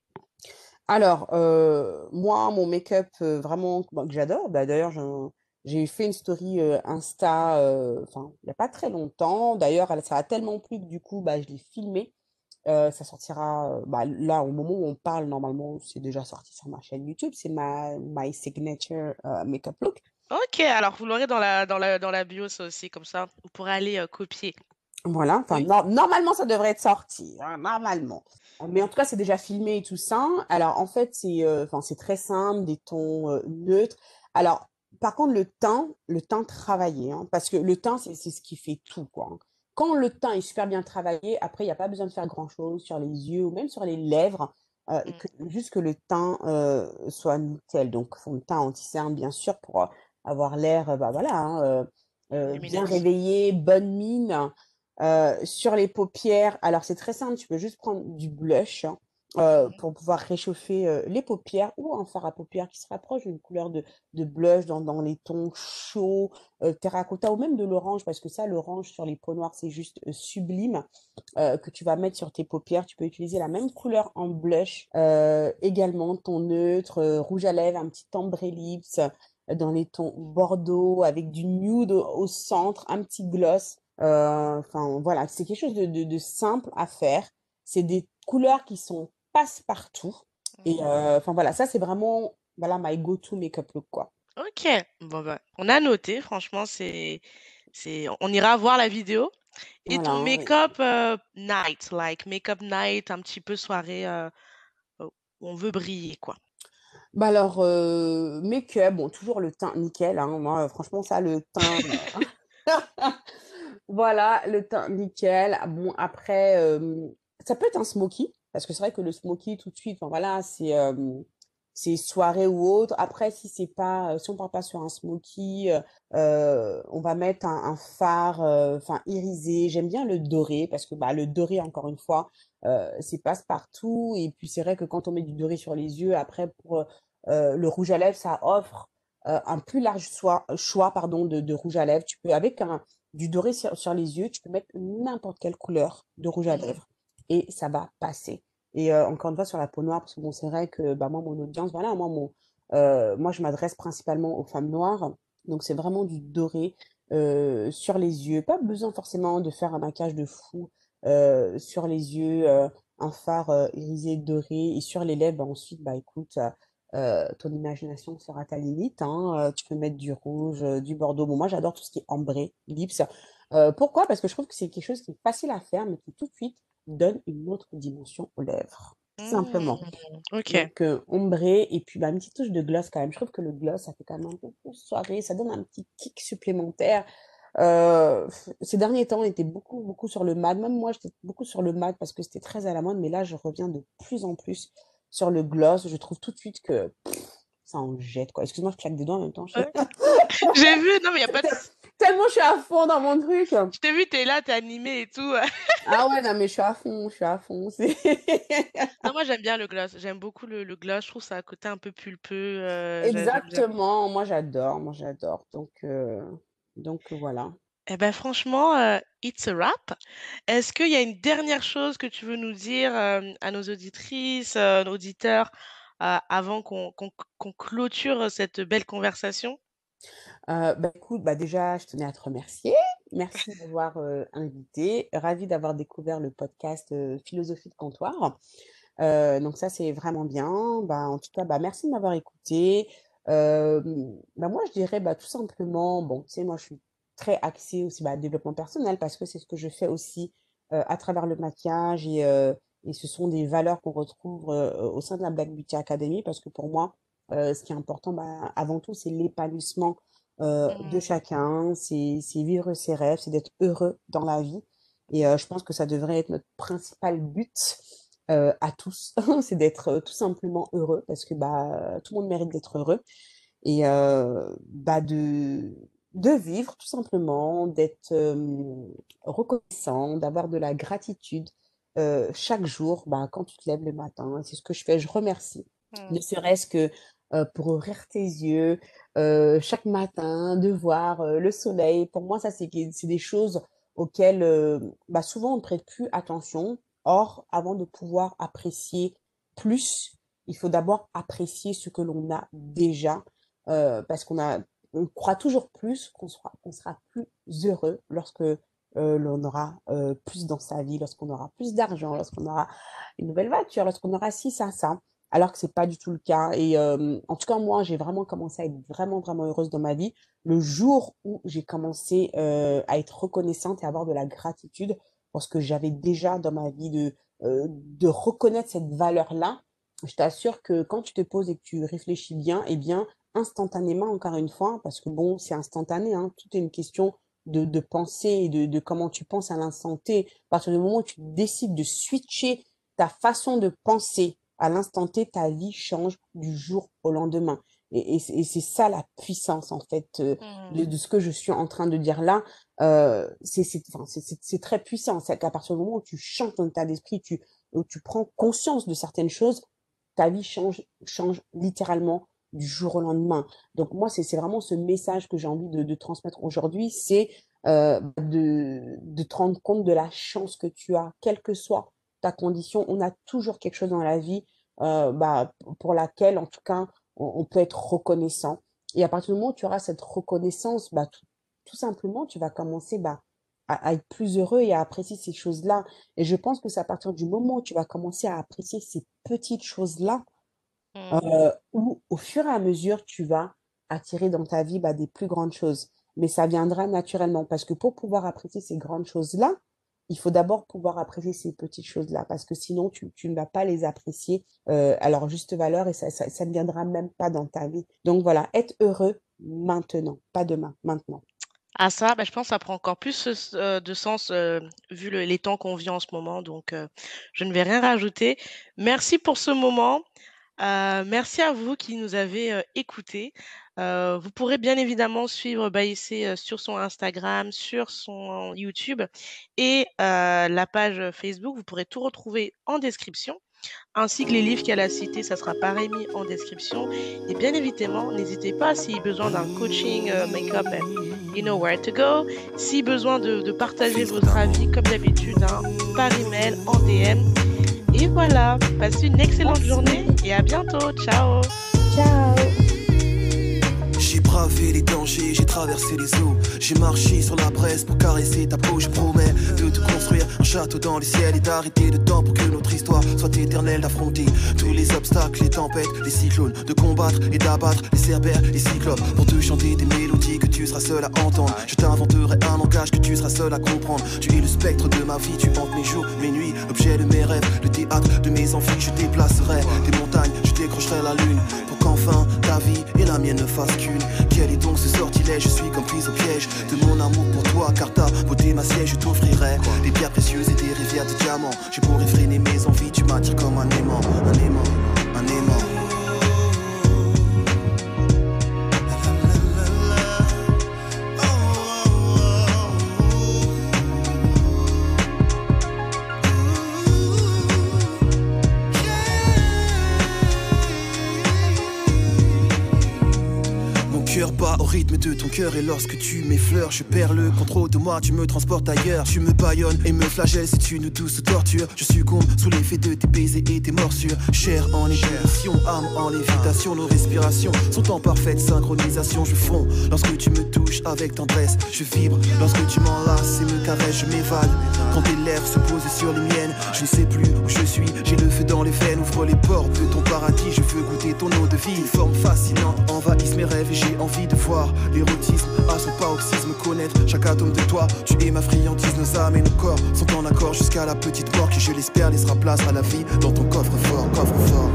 Alors, euh, moi, mon make-up euh, vraiment bah, que j'adore, bah, d'ailleurs, j'en- j'ai fait une story euh, Insta, euh, enfin, il n'y a pas très longtemps. D'ailleurs, elle- ça a tellement plu que du coup, bah, je l'ai filmé. Euh, ça sortira euh, bah, là, au moment où on parle, normalement, c'est déjà sorti sur ma chaîne YouTube. C'est ma My Signature euh, Makeup Look. Ok, alors vous l'aurez dans la, dans la, dans la bio ça aussi, comme ça, vous pourrez aller euh, copier. Voilà, enfin, Oui. nor- normalement, ça devrait être sorti, hein, normalement. Euh, Mais en tout cas, c'est déjà filmé et tout ça. Alors, en fait, c'est euh, enfin, c'est très simple, des tons euh, neutres. Alors, par contre, le teint, le teint travaillé, hein, parce que le teint, c'est c'est ce qui fait tout, quoi. Hein. Quand le teint est super bien travaillé, après, il n'y a pas besoin de faire grand-chose sur les yeux ou même sur les lèvres, euh, Mm. que, juste que le teint euh, soit nickel. Donc, fond de teint anti-cerne, bien sûr, pour euh, avoir l'air, euh, bah voilà, hein, euh, euh, bien Lumineuse. réveillé, bonne mine. Euh, sur les paupières, alors c'est très simple, tu peux juste prendre du blush hein, euh, Mhm. pour pouvoir réchauffer euh, les paupières ou un fard à paupières qui se rapproche d'une couleur de, de blush dans, dans les tons chauds, euh, terracotta ou même de l'orange parce que ça, l'orange sur les peaux noires, c'est juste euh, sublime euh, que tu vas mettre sur tes paupières. Tu peux utiliser la même couleur en blush, euh, également ton neutre, euh, rouge à lèvres, un petit ambré lips euh, dans les tons bordeaux avec du nude au, au centre, un petit gloss. Euh, Enfin, voilà, c'est quelque chose de, de- de simple à faire. C'est des couleurs qui sont passe-partout. Et Mhm. euh, enfin, voilà, ça, c'est vraiment, voilà, my go-to makeup look, quoi. Ok, bon bah, on a noté, franchement, c'est, c'est, on ira voir la vidéo. Et Voilà. ton Hein, oui. make-up euh, night, like make-up night, un petit peu soirée euh, où on veut briller, quoi. Bah alors, euh, make-up, bon, toujours le teint nickel, hein, moi, franchement, ça, le teint. Voilà, le teint nickel. Ah bon, après, euh, ça peut être un smoky, parce que c'est vrai que le smoky, tout de suite, enfin, voilà, c'est euh, c'est soirée ou autre. Après, si c'est pas, euh, si on part pas sur un smoky, euh, euh, on va mettre un, un fard, euh, enfin irisé. J'aime bien le doré, parce que bah, le doré, encore une fois, euh, c'est passe-partout. Et puis c'est vrai que quand on met du doré sur les yeux, après, pour euh, le rouge à lèvres, ça offre euh, un plus large choix, choix pardon, de, de rouge à lèvres. Tu peux, avec un du doré sur, sur les yeux, tu peux mettre n'importe quelle couleur de rouge à Mhm. lèvres et ça va passer. Et euh, encore une fois, sur la peau noire, parce que bon, c'est vrai que bah, moi, mon audience, voilà, moi, mon, euh, moi je m'adresse principalement aux femmes noires. Donc, c'est vraiment du doré euh, sur les yeux. Pas besoin forcément de faire un maquillage de fou euh, sur les yeux, euh, un fard euh, irisé doré. Et sur les lèvres, bah, ensuite, bah écoute, euh, ton imagination sera ta limite, hein. Euh, tu peux mettre du rouge, euh, du bordeaux. Bon, moi, j'adore tout ce qui est ambré, lips. Euh, pourquoi? Parce que je trouve que c'est quelque chose qui est facile à faire, mais qui tout de suite donne une autre dimension aux lèvres. Tout simplement. Mm, ok. Donc, euh, ombré et puis bah, une petite touche de gloss quand même. Je trouve que le gloss, ça fait quand même un peu plus soirée, ça donne un petit kick supplémentaire. Euh, f- ces derniers temps, on était beaucoup, beaucoup sur le mat. Même moi, j'étais beaucoup sur le mat parce que c'était très à la mode, mais là, je reviens de plus en plus sur le gloss. Je trouve tout de suite que ça en jette, quoi. Excuse-moi, je claque des doigts en même temps. Je- Ouais. J'ai vu, non, mais il n'y a pas de. Tellement je suis à fond dans mon truc. Je t'ai vu, t'es là, t'es animé et tout. Ah ouais, non, mais je suis à fond, je suis à fond. c'est- Non, moi, j'aime bien le gloss. J'aime beaucoup le, le gloss. Je trouve ça a un côté un peu pulpeux. euh, j'a- j'aime bien. Exactement, moi j'adore, moi j'adore. Donc, euh, donc voilà. Eh ben, franchement, euh, it's a wrap. Est-ce qu'il y a une dernière chose que tu veux nous dire euh, à nos auditrices, euh, nos auditeurs, euh, avant qu'on qu'on, qu'on clôture cette belle conversation? Euh, bah, écoute, bah, déjà, je tenais à te remercier. Merci d'avoir euh, invité. Ravie d'avoir découvert le podcast euh, Philosophie de comptoir. Euh, donc ça, c'est vraiment bien. Bah, en tout cas, bah, merci de m'avoir écouté. Euh, bah, moi, je dirais bah, tout simplement, bon, tu sais, moi, je suis très axée aussi bah, développement personnel parce que c'est ce que je fais aussi euh, à travers le maquillage et, euh, et ce sont des valeurs qu'on retrouve euh, au sein de la Black Beauty Academy parce que pour moi, euh, ce qui est important, bah, avant tout, c'est l'épanouissement euh, de Mm, chacun, c'est c'est vivre ses rêves, c'est d'être heureux dans la vie. Et euh, je pense que ça devrait être notre principal but euh, à tous, c'est d'être euh, tout simplement heureux parce que bah tout le monde mérite d'être heureux et euh, bah de de vivre tout simplement, d'être euh, reconnaissant, d'avoir de la gratitude euh, chaque jour, bah, quand tu te lèves le matin. C'est ce que je fais. Je remercie, ne mm, serait-ce que euh, pour ouvrir tes yeux euh, chaque matin, de voir euh, le soleil. Pour moi, ça, c'est c'est des choses auxquelles euh, bah, souvent on ne prête plus attention. Or, avant de pouvoir apprécier plus, il faut d'abord apprécier ce que l'on a déjà, euh, parce qu'on a, on croit toujours plus qu'on sera, qu'on sera plus heureux lorsque euh, l'on aura euh, plus dans sa vie, lorsqu'on aura plus d'argent, lorsqu'on aura une nouvelle voiture, lorsqu'on aura ci, ça, ça, alors que c'est pas du tout le cas. Et euh, en tout cas, moi, j'ai vraiment commencé à être vraiment, vraiment heureuse dans ma vie le jour où j'ai commencé euh, à être reconnaissante et à avoir de la gratitude pour ce que j'avais déjà dans ma vie, de, euh, de reconnaître cette valeur-là. Je t'assure que quand tu te poses et que tu réfléchis bien, eh bien, instantanément, encore une fois, parce que bon, c'est instantané, hein, tout est une question de, de pensée et de, de comment tu penses à l'instant T. À partir du moment où tu décides de switcher ta façon de penser à l'instant T, ta vie change du jour au lendemain. Et, et c'est et c'est ça la puissance, en fait, euh, mm. de, de ce que je suis en train de dire là. Euh, c'est c'est- enfin, c'est- c'est- c'est très puissant. C'est qu'à partir du moment où tu changes ton état d'esprit, tu, où tu prends conscience de certaines choses, ta vie change, change littéralement du jour au lendemain. Donc moi, c'est c'est vraiment ce message que j'ai envie de, de transmettre aujourd'hui, c'est euh, de, de te rendre compte de la chance que tu as, quelle que soit ta condition. On a toujours quelque chose dans la vie euh, bah, pour laquelle, en tout cas, on, on peut être reconnaissant. Et à partir du moment où tu auras cette reconnaissance, bah, tout, tout simplement, tu vas commencer bah, à, à être plus heureux et à apprécier ces choses-là. Et je pense que c'est à partir du moment où tu vas commencer à apprécier ces petites choses-là, Mm. euh, où au fur et à mesure, tu vas attirer dans ta vie bah, des plus grandes choses. Mais ça viendra naturellement parce que pour pouvoir apprécier ces grandes choses-là, il faut d'abord pouvoir apprécier ces petites choses-là parce que sinon, tu, tu ne vas pas les apprécier euh, à leur juste valeur et ça, ça, ça ne viendra même pas dans ta vie. Donc voilà, être heureux maintenant, pas demain, maintenant. Ah ça, bah, je pense que ça prend encore plus, heu, s heu, de sens, heu, vu le les temps qu'on vit en ce moment donc heu, je ne vais rien rajouter. Merci pour ce moment, heu, merci à vous qui nous avez, heu, écoutés. Heu, vous pourrez bien évidemment suivre Baïssé, heu, sur son Instagram, sur son YouTube et heu, la page, heu, Facebook. Vous pourrez tout retrouver en description, ainsi que les livres qu'elle a cités, ça sera pareil mis en description et bien évidemment, n'hésitez pas si besoin d'un coaching, heu, make-up, ben, you know where to go. Si besoin de de partager Filtre votre d'amour. avis comme d'habitude, hein, par email, en D M et voilà. Passez une excellente journée Merci. et à bientôt. Ciao. Ciao. J'ai bravé les dangers, j'ai traversé les eaux. J'ai marché sur la braise pour caresser ta peau. Je promets de te construire un château dans les ciels et d'arrêter le temps pour que notre histoire soit éternelle. D'affronter tous les obstacles, les tempêtes, les cyclones, de combattre et d'abattre les cerbères, les cyclopes. Pour te chanter des mélodies que tu seras seul à entendre. Je t'inventerai un langage que tu seras seul à comprendre. Tu es le spectre de ma vie, tu hantes mes jours, mes nuits, l'objet de mes rêves, le théâtre de mes envies. Je déplacerai des montagnes, je décrocherai la lune pour qu'enfin ta vie et la mienne ne fassent qu'une. Quel est donc ce sortilège? Je suis comme prise au piège de mon amour pour toi, car ta beauté ma siège. Je t'offrirai des pierres précieuses et des rivières de diamants. Je pourrais freiner mes envies, tu m'attires comme un aimant, un aimant, un aimant. Bat au rythme de ton cœur et lorsque tu m'effleures, je perds le contrôle de moi, tu me transportes ailleurs. Tu me bâillonnes et me flagelles, c'est une douce torture. Je succombe sous l'effet de tes baisers et tes morsures. Chair en ébullition, âme en lévitation. Nos respirations sont en parfaite synchronisation. Je fonds lorsque tu me touches avec tendresse. Je vibre lorsque tu m'enlaces et me caresses. Je m'évade quand tes lèvres se posent sur les miennes. Je ne sais plus où je suis, j'ai le feu dans les veines. Ouvre les portes de ton paradis, je veux goûter ton eau de vie. Une forme fascinante envahissent mes rêves et j'ai envie de voir l'érotisme à son paroxysme, connaître chaque atome de toi. Tu es ma friandise, nos âmes et nos corps sont en accord jusqu'à la petite mort qui, je l'espère, laissera place à la vie dans ton coffre-fort, coffre-fort.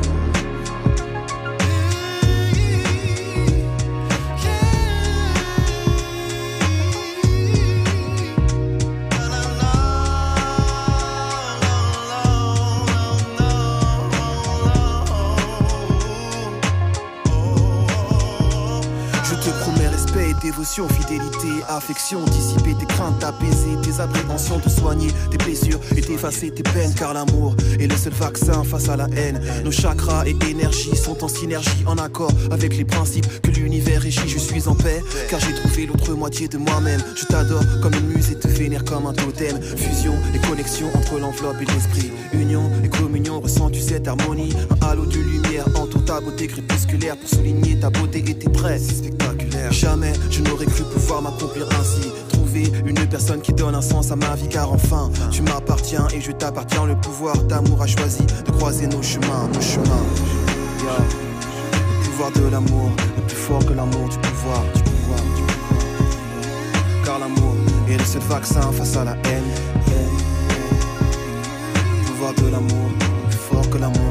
Dévotion, fidélité, affection, dissiper tes craintes, apaiser tes appréhensions, te soigner tes blessures et t'effacer tes peines, car l'amour est le seul vaccin face à la haine. Nos chakras et énergies sont en synergie, en accord avec les principes que l'univers régit. Je suis en paix, car j'ai trouvé l'autre moitié de moi-même. Je t'adore comme une muse et te vénère comme un totem. Fusion et connexion entre l'enveloppe et l'esprit. Union et communion, ressens-tu cette harmonie? Un halo de lumière entoure ta beauté crépusculaire pour souligner ta beauté et tes traits si spectaculaires. Jamais je n'aurais cru pouvoir m'accomplir ainsi. Trouver une personne qui donne un sens à ma vie, car enfin tu m'appartiens et je t'appartiens. Le pouvoir d'amour a choisi de croiser nos chemins, nos chemins. Yeah. Le pouvoir de l'amour est plus fort que l'amour du pouvoir, du pouvoir, du pouvoir. Car l'amour est le seul vaccin face à la haine. Le pouvoir de l'amour est plus fort que l'amour.